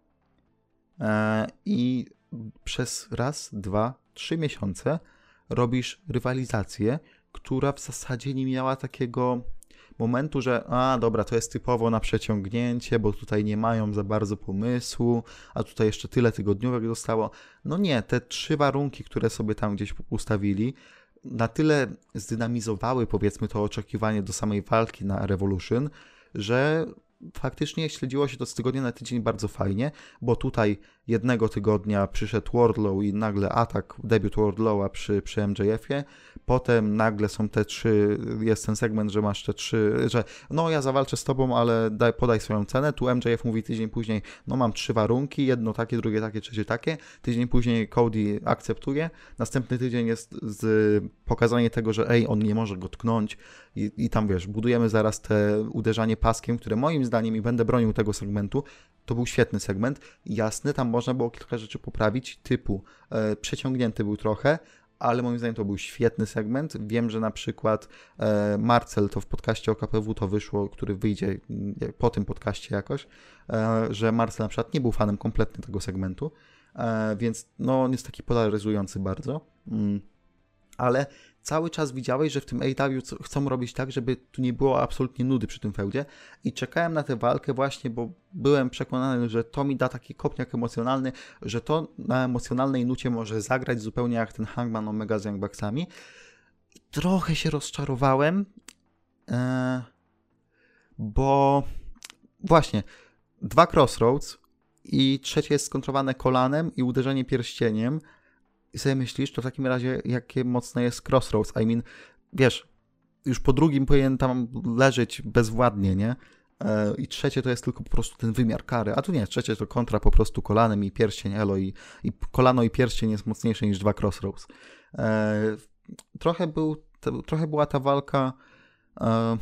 e, i przez raz, dwa, trzy miesiące robisz rywalizację, która w zasadzie nie miała takiego momentu, że a dobra, to jest typowo na przeciągnięcie, bo tutaj nie mają za bardzo pomysłu, a tutaj jeszcze tyle tygodniówek zostało. No nie, te trzy warunki, które sobie tam gdzieś ustawili, na tyle zdynamizowały, powiedzmy, to oczekiwanie do samej walki na Revolution, że faktycznie śledziło się to z tygodnia na tydzień bardzo fajnie, bo tutaj jednego tygodnia przyszedł Wardlow i nagle atak, debiut Wardlowa przy, przy M J F-ie, potem nagle są te trzy, jest ten segment, że masz te trzy, że no ja zawalczę z tobą, ale daj, podaj swoją cenę, tu M J F mówi tydzień później, no mam trzy warunki, jedno takie, drugie takie, trzecie takie, tydzień później Cody akceptuje, następny tydzień jest z pokazanie tego, że ej, on nie może go tknąć i, i tam wiesz, budujemy zaraz te uderzanie paskiem, które moim zdaniem, i będę bronił tego segmentu, to był świetny segment, jasny, tam można było kilka rzeczy poprawić, typu e, przeciągnięty był trochę, ale moim zdaniem to był świetny segment. Wiem, że na przykład e, Marcel to w podcaście o K P W to wyszło, który wyjdzie po tym podcaście jakoś, e, że Marcel na przykład nie był fanem kompletnie tego segmentu, e, więc no on jest taki polaryzujący bardzo, mm. ale cały czas widziałeś, że w tym A E W chcą robić tak, żeby tu nie było absolutnie nudy przy tym feudzie i czekałem na tę walkę właśnie, bo byłem przekonany, że to mi da taki kopniak emocjonalny, że to na emocjonalnej nucie może zagrać zupełnie jak ten Hangman Omega z Young Bucksami. I trochę się rozczarowałem, e, bo właśnie dwa Crossroads i trzecie jest skontrowane kolanem i uderzenie pierścieniem. I sobie myślisz, to w takim razie jakie mocne jest Crossroads. I mean, wiesz, już po drugim powinien tam leżeć bezwładnie, nie? E, I trzecie to jest tylko po prostu ten wymiar kary. A tu nie, trzecie to kontra po prostu kolanem i pierścień elo i, i kolano i pierścień jest mocniejsze niż dwa Crossroads. E, trochę, był, to, trochę była ta walka e,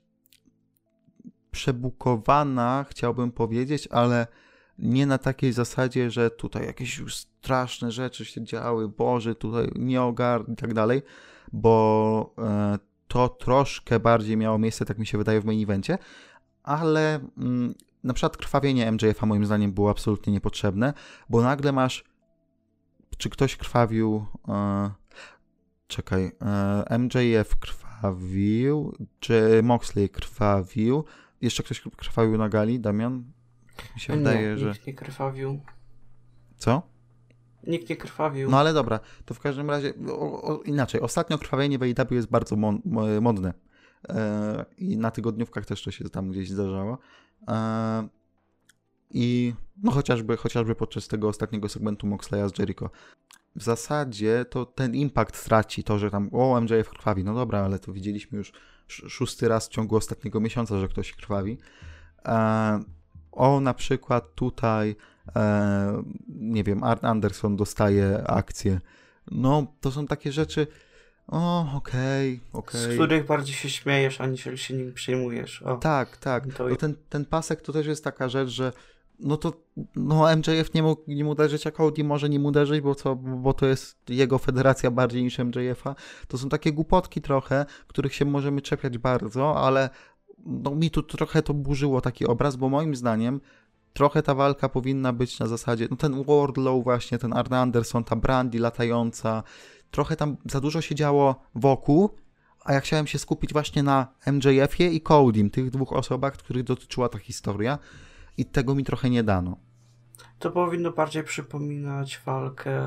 przebukowana, chciałbym powiedzieć, ale nie na takiej zasadzie, że tutaj jakieś już straszne rzeczy się działy, Boże, tutaj nie ogarn i tak dalej, bo e, to troszkę bardziej miało miejsce, tak mi się wydaje, w main evencie, ale mm, na przykład krwawienie M J F-a moim zdaniem było absolutnie niepotrzebne, bo nagle masz, czy ktoś krwawił, e, czekaj, e, M J F krwawił, czy Moxley krwawił, jeszcze ktoś krwawił na gali, Damian? Mi się nie, wydaje, że... nikt nie krwawił. Co? Nikt nie krwawił. No ale dobra, to w każdym razie o, o, inaczej. Ostatnio krwawienie w A E W jest bardzo mon, modne. E, I na tygodniówkach też to się tam gdzieś zdarzało. E, I no chociażby, chociażby podczas tego ostatniego segmentu Moxleya z Jericho. W zasadzie to ten impact traci to, że tam o, M J F krwawi. No dobra, ale to widzieliśmy już szósty raz w ciągu ostatniego miesiąca, że ktoś krwawi. E, o, na przykład tutaj e, nie wiem, Arn Anderson dostaje akcję. No, to są takie rzeczy, o, okej, okay, okej. Okay. Z których bardziej się śmiejesz, aniżeli się nim przejmujesz. O, tak, tak. to... No ten, ten pasek to też jest taka rzecz, że no to no M J F nie mógł nim uderzyć, a Cody może nim uderzyć, bo, co, bo to jest jego federacja bardziej niż M J F-a. To są takie głupotki trochę, których się możemy czepiać bardzo, ale no, mi tu trochę to burzyło taki obraz, bo moim zdaniem trochę ta walka powinna być na zasadzie, no ten Wardlow właśnie, ten Arn Anderson, ta Brandy latająca, trochę tam za dużo się działo wokół, a ja chciałem się skupić właśnie na M J F-ie i Codym, tych dwóch osobach, których dotyczyła ta historia i tego mi trochę nie dano. To powinno bardziej przypominać walkę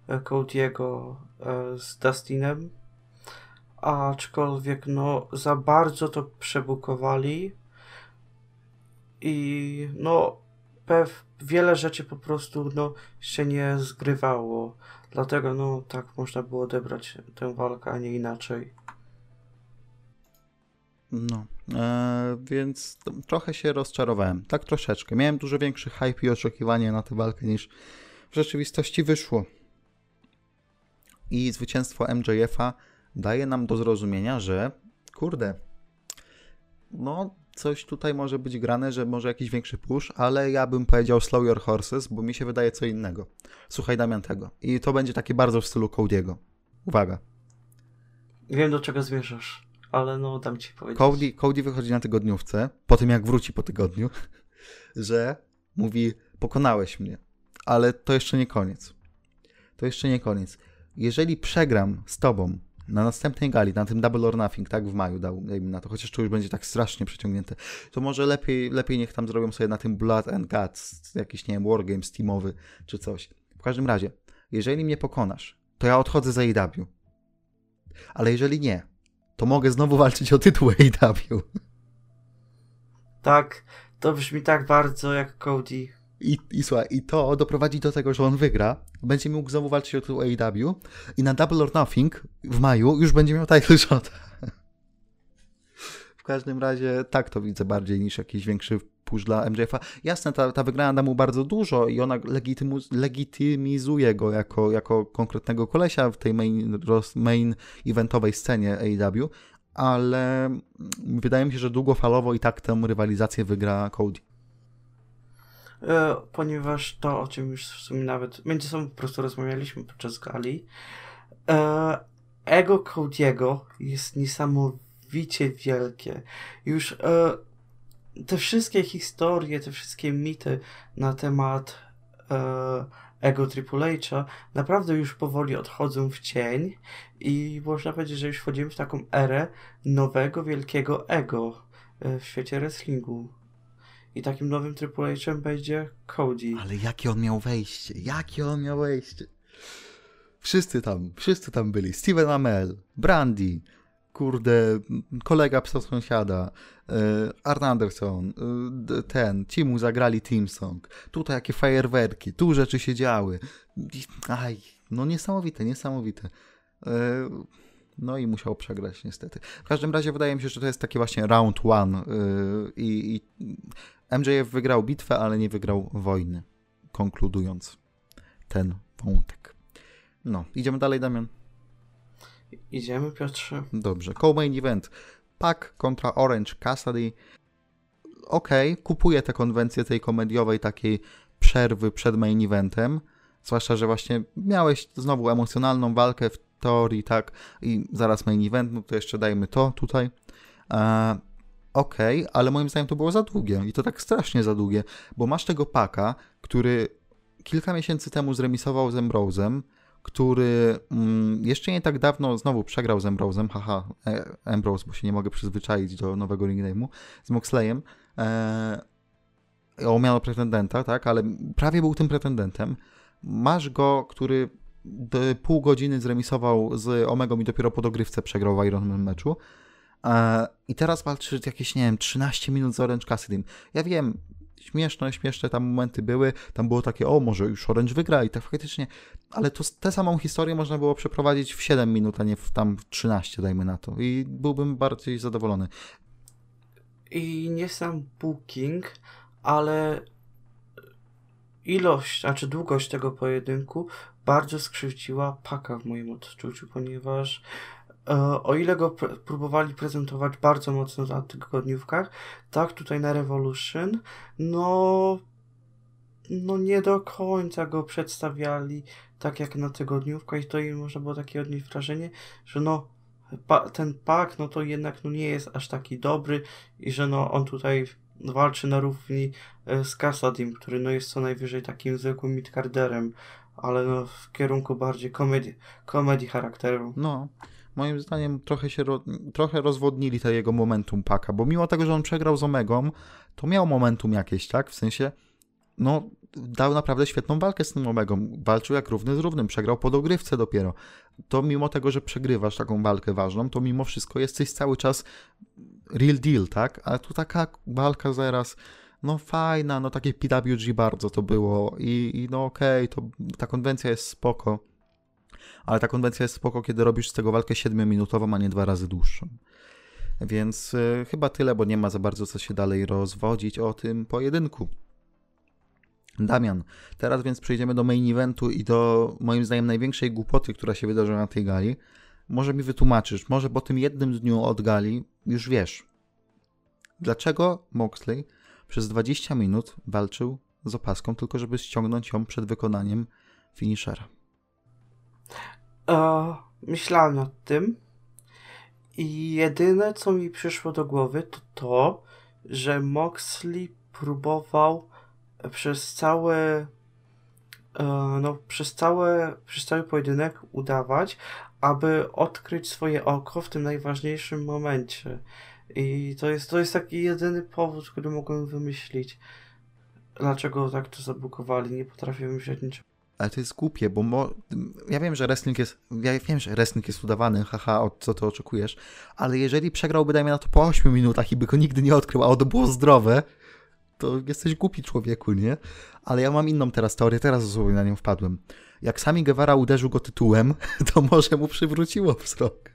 e, Cody'ego e, z Dustinem, aczkolwiek no za bardzo to przebukowali i no pew, wiele rzeczy po prostu no się nie zgrywało, dlatego no tak można było odebrać tę walkę, a nie inaczej. No, e, więc t- trochę się rozczarowałem. Tak troszeczkę. Miałem dużo większy hype i oczekiwanie na tę walkę niż w rzeczywistości wyszło. I zwycięstwo M J F-a daje nam do zrozumienia, że kurde, no coś tutaj może być grane, że może jakiś większy push, ale ja bym powiedział slow your horses, bo mi się wydaje co innego. Słuchaj Damian tego. I to będzie takie bardzo w stylu Cody'ego. Uwaga. Wiem, do czego zmierzasz, ale no dam ci powiedzieć. Cody, Cody wychodzi na tygodniówce, po tym jak wróci po tygodniu, że mówi, pokonałeś mnie, ale to jeszcze nie koniec. To jeszcze nie koniec. Jeżeli przegram z tobą na następnej gali, na tym Double or Nothing, tak w maju dał, dajmy na to, chociaż to już będzie tak strasznie przeciągnięte, to może lepiej, lepiej niech tam zrobią sobie na tym Blood and Guts, jakiś, nie wiem, Wargames teamowy, czy coś. W każdym razie, jeżeli mnie pokonasz, to ja odchodzę z A E W. Ale jeżeli nie, to mogę znowu walczyć o tytuł A E W. Tak, to brzmi tak bardzo jak Cody. I, I słuchaj, i to doprowadzi do tego, że on wygra, będzie mógł znowu walczyć o tytuł A E W i na Double or Nothing w maju już będzie miał title shot. W każdym razie tak to widzę bardziej niż jakiś większy push dla M J F-a. Jasne, ta, ta wygrana da mu bardzo dużo i ona legitymu, legitymizuje go jako, jako konkretnego kolesia w tej main, main eventowej scenie A E W, ale wydaje mi się, że długofalowo i tak tę rywalizację wygra Cody. E, ponieważ to, o czym już w sumie nawet między sobą po prostu rozmawialiśmy podczas gali, e, ego Cody'ego jest niesamowicie wielkie. Już e, te wszystkie historie, te wszystkie mity na temat e, ego Triple H'a naprawdę już powoli odchodzą w cień i można powiedzieć, że już wchodzimy w taką erę nowego, wielkiego ego e, w świecie wrestlingu. I takim nowym Triple H'em będzie Cody. Ale jakie on miał wejście, jakie on miał wejście. Wszyscy tam, wszyscy tam byli. Steven Amell, Brandy, kurde, kolega psa sąsiada, Arn Anderson, ten, ci mu zagrali team song. Tutaj jakie fajerwerki, tu rzeczy się działy. Aj, no niesamowite, niesamowite. No i musiał przegrać niestety. W każdym razie wydaje mi się, że to jest taki właśnie round one i, i M J F wygrał bitwę, ale nie wygrał wojny, konkludując ten wątek. No, idziemy dalej, Damian? Idziemy, Piotrze. Dobrze, co-main event. Pac kontra Orange Cassidy. Okej, okay, kupuję tę konwencję tej komediowej takiej przerwy przed main eventem. Zwłaszcza, że właśnie miałeś znowu emocjonalną walkę w teorii, tak, i zaraz main event, no to jeszcze dajmy to tutaj. E, Okej, okay, ale moim zdaniem to było za długie i to tak strasznie za długie, bo masz tego Paca, który kilka miesięcy temu zremisował z Ambrose'em, który mm, jeszcze nie tak dawno znowu przegrał z Ambrose'em, haha, e, Ambrose, bo się nie mogę przyzwyczaić do nowego ringname'u, z Moxleyem, e, o miano pretendenta, tak, ale prawie był tym pretendentem. Masz go, który pół godziny zremisował z Omegą i dopiero po dogrywce przegrał w Iron Man meczu. E, I teraz walczy jakieś, nie wiem, trzynaście minut z Orange Cassidy. Ja wiem, śmieszne, śmieszne tam momenty były, tam było takie, o, może już Orange wygra i tak faktycznie, ale to tę samą historię można było przeprowadzić w siedem minut, a nie w tam w trzynaście, dajmy na to. I byłbym bardziej zadowolony. I nie sam booking, ale ilość, znaczy długość tego pojedynku bardzo skrzywdziła Paca w moim odczuciu, ponieważ e, o ile go pr- próbowali prezentować bardzo mocno na tygodniówkach, tak tutaj na Revolution, no, no nie do końca go przedstawiali tak jak na tygodniówkach i to im można było takie odnieść wrażenie, że no pa- ten Pac, no to jednak no nie jest aż taki dobry i że no on tutaj walczy na równi e, z Cassadym, który no jest co najwyżej takim zwykłym midcarderem, ale no w kierunku bardziej komedii, komedii charakteru. No, moim zdaniem trochę się ro, trochę rozwodnili to jego momentum Paca, bo mimo tego, że on przegrał z Omegą, to miał momentum jakieś, tak? W sensie no dał naprawdę świetną walkę z tym Omegą. Walczył jak równy z równym, przegrał po dogrywce dopiero. To mimo tego, że przegrywasz taką walkę ważną, to mimo wszystko jesteś cały czas real deal, tak? A tu taka walka zaraz, no fajna, no takie P W G bardzo to było i, i no okej, okay, to ta konwencja jest spoko, ale ta konwencja jest spoko, kiedy robisz z tego walkę siedmiominutową, a nie dwa razy dłuższą. Więc y, chyba tyle, bo nie ma za bardzo co się dalej rozwodzić o tym pojedynku. Damian, teraz więc przejdziemy do main eventu i do moim zdaniem największej głupoty, która się wydarzyła na tej gali. Może mi wytłumaczysz, może po tym jednym dniu od gali już wiesz, dlaczego Moxley przez dwadzieścia minut walczył z opaską, tylko żeby ściągnąć ją przed wykonaniem finishera. E, myślałem nad tym i jedyne, co mi przyszło do głowy, to to, że Moxley próbował przez całe no, przez, całe, przez cały pojedynek udawać, aby odkryć swoje oko w tym najważniejszym momencie. I to jest, to jest taki jedyny powód, który mogłem wymyślić. Dlaczego tak to zablokowali? Nie potrafię wymyślić niczego. Ale to jest głupie, bo mo... ja wiem, że wrestling jest, ja wiem, że wrestling jest udawany, haha, od co to oczekujesz, ale jeżeli przegrałby, dajmy na to po ośmiu minutach i by go nigdy nie odkrył, a to było zdrowe, to jesteś głupi człowieku, nie? Ale ja mam inną teraz teorię, teraz sobie na nią wpadłem. Jak Sammy Guevara uderzył go tytułem, to może mu przywróciło wzrok.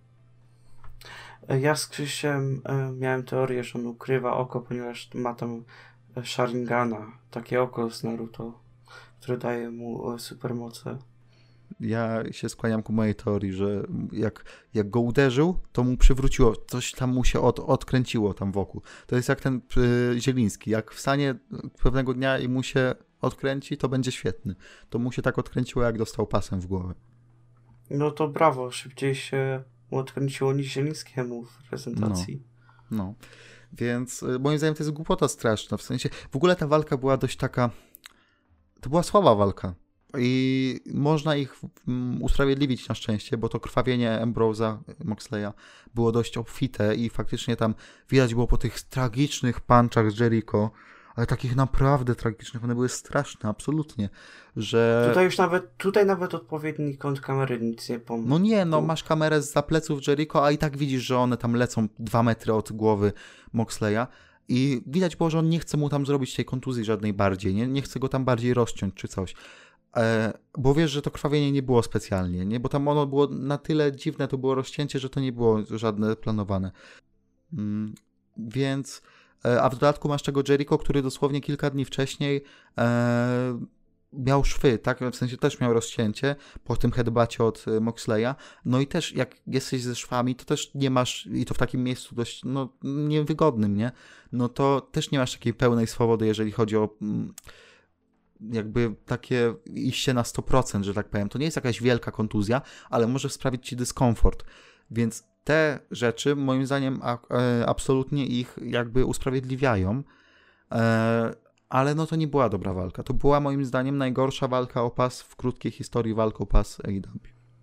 Ja z Krzysiem miałem teorię, że on ukrywa oko, ponieważ ma tam Sharingana, takie oko z Naruto, które daje mu supermoce. Ja się skłaniam ku mojej teorii, że jak, jak go uderzył, to mu przywróciło, coś tam mu się od, odkręciło tam wokół. To jest jak ten y, Zieliński, jak wstanie pewnego dnia i mu się odkręci, to będzie świetny. To mu się tak odkręciło, jak dostał pasem w głowę. No to brawo, szybciej się mu odkręciło niż Zielińskiemu w prezentacji. No, no. Więc y, moim zdaniem to jest głupota straszna, w sensie, w ogóle ta walka była dość taka, to była słaba walka. I można ich um, usprawiedliwić na szczęście, bo to krwawienie Ambrose'a, Moxleya było dość obfite i faktycznie tam widać było po tych tragicznych punchach z Jericho, ale takich naprawdę tragicznych, one były straszne, absolutnie, że... Tutaj już nawet, tutaj nawet odpowiedni kąt kamery nic nie pomógł. No nie, no masz kamerę zza pleców Jericho, a i tak widzisz, że one tam lecą dwa metry od głowy Moxleya. I widać było, że on nie chce mu tam zrobić tej kontuzji żadnej bardziej, nie, nie chce go tam bardziej rozciąć czy coś. E, bo wiesz, że to krwawienie nie było specjalnie, nie? Bo tam ono było na tyle dziwne, to było rozcięcie, że to nie było żadne planowane. Mm, więc, e, a w dodatku masz tego Jericho, który dosłownie kilka dni wcześniej e, miał szwy, tak? W sensie też miał rozcięcie po tym headbacie od Moxleya. No i też jak jesteś ze szwami, to też nie masz, i to w takim miejscu dość no, niewygodnym, nie? No to też nie masz takiej pełnej swobody, jeżeli chodzi o mm, jakby takie iście na sto procent, że tak powiem. To nie jest jakaś wielka kontuzja, ale może sprawić ci dyskomfort. Więc te rzeczy moim zdaniem a, e, absolutnie ich jakby usprawiedliwiają. E, ale no to nie była dobra walka. To była moim zdaniem najgorsza walka o pas w krótkiej historii walk o pas A E W.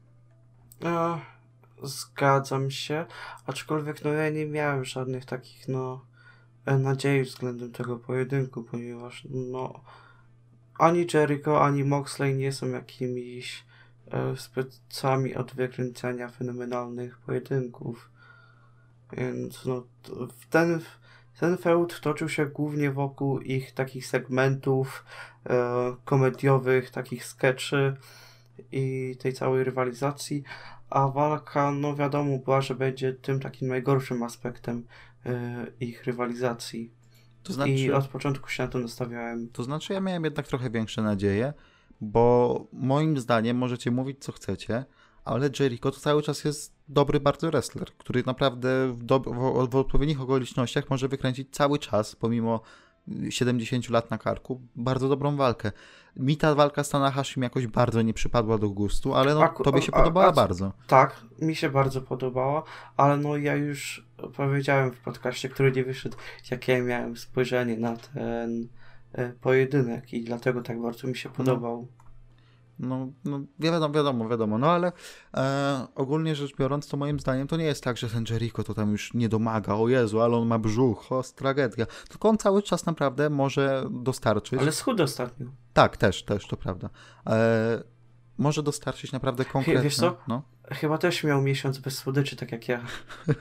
E, zgadzam się, aczkolwiek no ja nie miałem żadnych takich no nadziei względem tego pojedynku, ponieważ no ani Jericho, ani Moxley nie są jakimiś e, specami od wykręcania fenomenalnych pojedynków. Więc no ten, ten feud toczył się głównie wokół ich takich segmentów e, komediowych, takich skeczy i tej całej rywalizacji, a walka, no wiadomo była, że będzie tym takim najgorszym aspektem e, ich rywalizacji. To znaczy, I od początku się na to nastawiałem. To znaczy, ja miałem jednak trochę większe nadzieje, bo moim zdaniem możecie mówić co chcecie, ale Jericho to cały czas jest dobry bardzo wrestler, który naprawdę w, do, w, w odpowiednich okolicznościach może wykręcić cały czas, pomimo siedemdziesiąt lat na karku, bardzo dobrą walkę. Mi ta walka z Tanahashim jakoś bardzo nie przypadła do gustu, ale no, Aku, tobie się a, podobała a, bardzo. Tak, mi się bardzo podobała, ale no ja już powiedziałem w podcaście, który nie wyszedł, jakie ja miałem spojrzenie na ten e, pojedynek i dlatego tak bardzo mi się podobał. No, no wiadomo, wiadomo, wiadomo, no ale e, ogólnie rzecz biorąc, to moim zdaniem to nie jest tak, że ten Jericho to tam już nie domaga, o Jezu, ale on ma brzuch, o, tragedia, tylko on cały czas naprawdę może dostarczyć. Ale schudł ostatnio. Tak, też, też, to prawda. E, może dostarczyć naprawdę konkretne. Wiesz co? No. Chyba też miał miesiąc bez słodyczy, tak jak ja.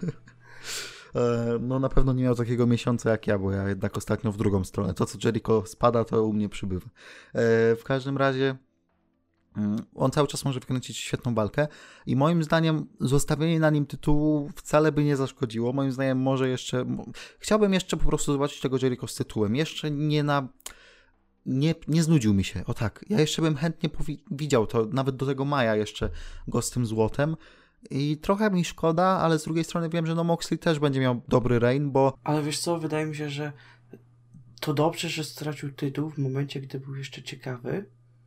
e, no na pewno nie miał takiego miesiąca jak ja, bo ja jednak ostatnio w drugą stronę. To, co Jericho spada, to u mnie przybywa. E, w każdym razie on cały czas może wykręcić świetną walkę i moim zdaniem zostawienie na nim tytułu wcale by nie zaszkodziło. Moim zdaniem może jeszcze... Chciałbym jeszcze po prostu zobaczyć tego Jericho z tytułem. Jeszcze nie na... Nie, nie znudził mi się, o tak. Ja jeszcze bym chętnie powi- widział to, nawet do tego maja jeszcze go z tym złotem. I trochę mi szkoda, ale z drugiej strony wiem, że no Moxley też będzie miał dobry reign, bo... Ale wiesz co, wydaje mi się, że to dobrze, że stracił tytuł w momencie, gdy był jeszcze ciekawy,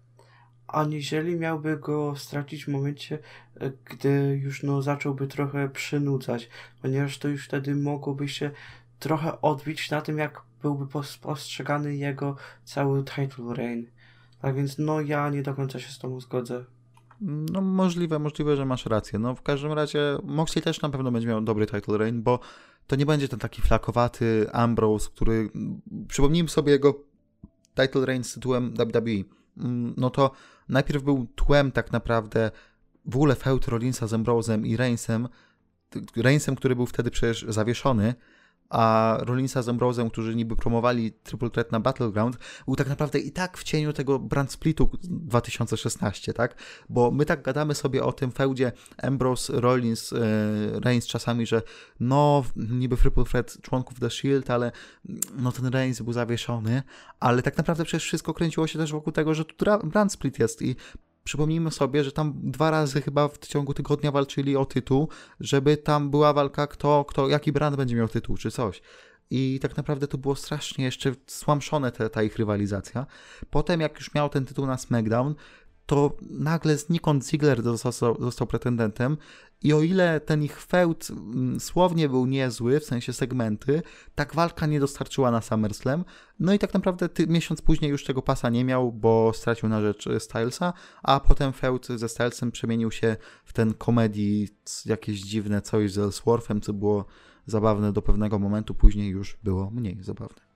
aniżeli miałby go stracić w momencie, gdy już no zacząłby trochę przynudzać, ponieważ to już wtedy mogłoby się trochę odbić na tym, jak byłby postrzegany jego cały title reign. Tak więc no ja nie do końca się z tobą zgodzę. No możliwe, możliwe, że masz rację. No w każdym razie Moxley też na pewno będzie miał dobry title reign, bo to nie będzie ten taki flakowaty Ambrose, który... Przypomnijmy sobie jego title reign z tytułem W W E. No to najpierw był tłem tak naprawdę w ogóle feud Rollinsa z Ambrosem i Reignsem, Reignsem, który był wtedy przecież zawieszony, a Rollinsa z Ambrosem, którzy niby promowali Triple Threat na Battleground, był tak naprawdę i tak w cieniu tego brand splitu dwa tysiące szesnaście, tak? Bo my tak gadamy sobie o tym feudzie Ambrose, Rollins, e, Reigns czasami, że no niby Triple Threat członków The Shield, ale no ten Reigns był zawieszony, ale tak naprawdę przecież wszystko kręciło się też wokół tego, że tu brand split jest i przypomnijmy sobie, że tam dwa razy chyba w ciągu tygodnia walczyli o tytuł, żeby tam była walka, kto, kto jaki brand będzie miał tytuł, czy coś. I tak naprawdę to było strasznie jeszcze stłamszone te, ta ich rywalizacja. Potem jak już miał ten tytuł na SmackDown, to nagle znikąd Ziggler został, został pretendentem i o ile ten ich feud słownie był niezły, w sensie segmenty, tak walka nie dostarczyła na SummerSlam. No i tak naprawdę ty, miesiąc później już tego pasa nie miał, bo stracił na rzecz Stylesa, a potem feud ze Stylesem przemienił się w ten komedii, jakieś dziwne coś z Ellsworthem, co było zabawne do pewnego momentu, później już było mniej zabawne.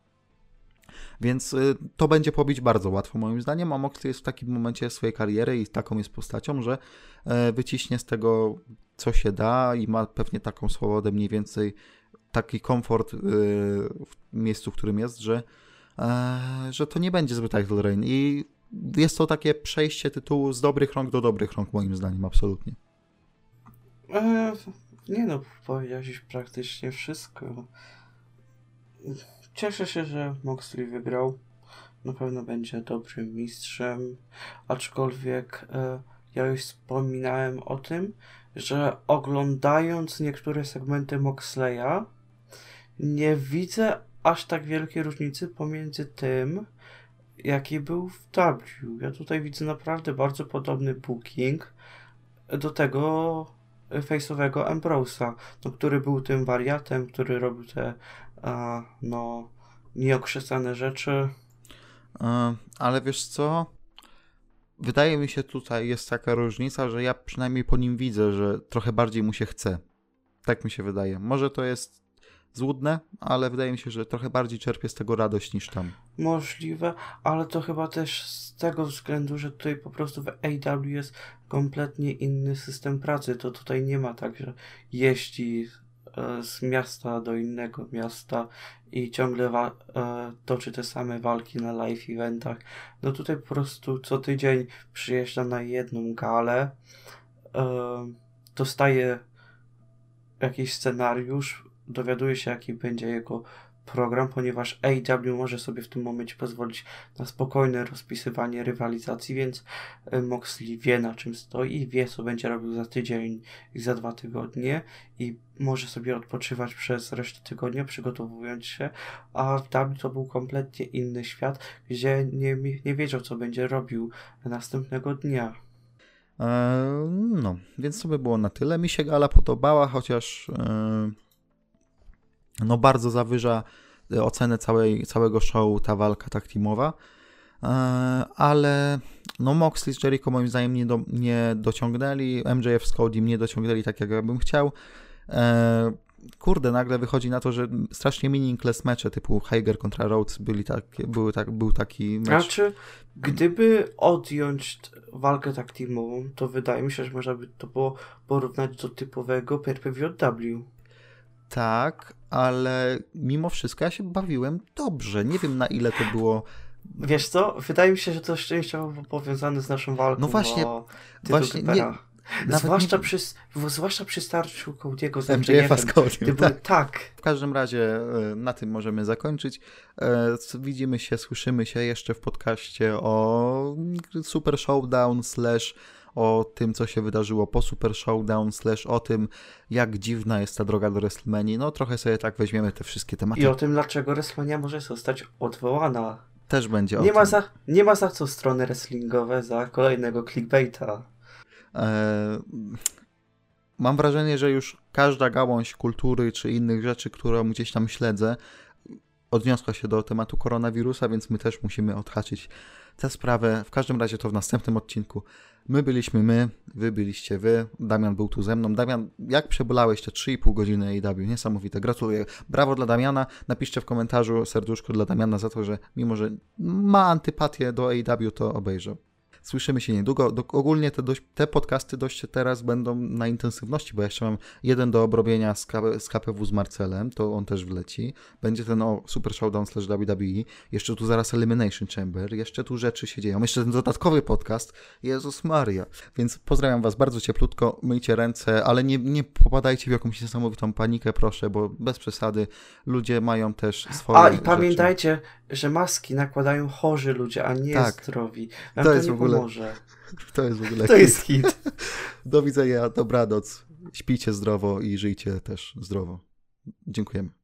Więc y, to będzie pobić bardzo łatwo moim zdaniem, a Moxley jest w takim momencie swojej kariery i taką jest postacią, że y, wyciśnie z tego co się da i ma pewnie taką swobodę mniej więcej, taki komfort y, w miejscu, w którym jest, że, y, że to nie będzie zbyt title reign i jest to takie przejście tytułu z dobrych rąk do dobrych rąk moim zdaniem, absolutnie. E, nie no, powiedziałeś już praktycznie wszystko. Cieszę się, że Moxley wygrał. Na pewno będzie dobrym mistrzem. Aczkolwiek e, ja już wspominałem o tym, że oglądając niektóre segmenty Moxleya, nie widzę aż tak wielkiej różnicy pomiędzy tym, jaki był w W. Ja tutaj widzę naprawdę bardzo podobny booking do tego face'owego Ambrose'a, no, który był tym wariatem, który robił te a, no nieokrzesane rzeczy. Ale wiesz co? Wydaje mi się tutaj jest taka różnica, że ja przynajmniej po nim widzę, że trochę bardziej mu się chce. Tak mi się wydaje. Może to jest złudne, ale wydaje mi się, że trochę bardziej czerpie z tego radość niż tam. Możliwe, ale to chyba też z tego względu, że tutaj po prostu w A E W jest kompletnie inny system pracy. To tutaj nie ma tak, że jeździ e, z miasta do innego miasta i ciągle wa- e, toczy te same walki na live eventach. No tutaj po prostu co tydzień przyjeżdża na jedną galę, e, dostaje jakiś scenariusz, dowiaduje się, jaki będzie jego program, ponieważ A E W może sobie w tym momencie pozwolić na spokojne rozpisywanie rywalizacji, więc Moxley wie, na czym stoi, wie, co będzie robił za tydzień i za dwa tygodnie i może sobie odpoczywać przez resztę tygodnia, przygotowując się, a w W to był kompletnie inny świat, gdzie nie, nie wiedział, co będzie robił następnego dnia. Eee, no, więc to by było na tyle. Mi się gala podobała, chociaż eee, no bardzo zawyża ocenę całej, całego show ta walka tak teamowa, eee, ale, No Moxley z Jericho moim zdaniem nie, do, nie dociągnęli, M J F z Codym nie dociągnęli tak, jak ja bym chciał. E, kurde, nagle wychodzi na to, że strasznie meaningless mecze typu Hager kontra Rhodes byli takie, były tak, był taki mecz. Znaczy, gdyby odjąć t- walkę tag teamową, to wydaje mi się, że można by to było porównać do typowego pay-per-view od W. Tak, ale mimo wszystko ja się bawiłem dobrze. Nie wiem, na ile to było... Wiesz co? Wydaje mi się, że to szczęściowo było powiązane z naszą walką No właśnie, o właśnie nie, Typera. nawet Zwłaszcza, nie... przy, zwłaszcza przy starciu Cody'ego z M J F-a z Codym, tak. tak. W każdym razie e, na tym możemy zakończyć. E, Widzimy się, słyszymy się jeszcze w podcaście o Super Showdown slash o tym, co się wydarzyło po Super Showdown slash o tym, jak dziwna jest ta droga do WrestleMania. No trochę sobie tak weźmiemy te wszystkie tematy. I o tym, dlaczego WrestleMania może zostać odwołana. Też będzie o nie tym. ma za, nie ma za co strony wrestlingowe za kolejnego clickbaita. E, mam wrażenie, że już każda gałąź kultury czy innych rzeczy, którą gdzieś tam śledzę, odniosła się do tematu koronawirusa, więc my też musimy odhaczyć tę sprawę. W każdym razie to w następnym odcinku. My byliśmy my, wy byliście wy, Damian był tu ze mną. Damian, jak przebolałeś te trzy i pół godziny A E W? Niesamowite, gratuluję. Brawo dla Damiana. Napiszcie w komentarzu serduszko dla Damiana za to, że mimo, że ma antypatię do A E W, to obejrzał. Słyszymy się niedługo. Do, ogólnie te, dość, te podcasty dość teraz będą na intensywności, bo jeszcze mam jeden do obrobienia z, K, z K P W z Marcelem, to on też wleci. Będzie ten o Super Showdown slash W W E. Jeszcze tu zaraz Elimination Chamber. Jeszcze tu rzeczy się dzieją. Jeszcze ten dodatkowy podcast. Jezus Maria. Więc pozdrawiam was bardzo cieplutko. Myjcie ręce, ale nie, nie popadajcie w jakąś niesamowitą panikę, proszę, bo bez przesady ludzie mają też swoje A i rzeczy. pamiętajcie, że maski nakładają chorzy ludzie, a nie Tak. zdrowi. To Nam to, jest nie w ogóle- pomoże. To jest w ogóle To jest hit. Do widzenia, dobranoc. Śpijcie zdrowo i żyjcie też zdrowo. Dziękujemy.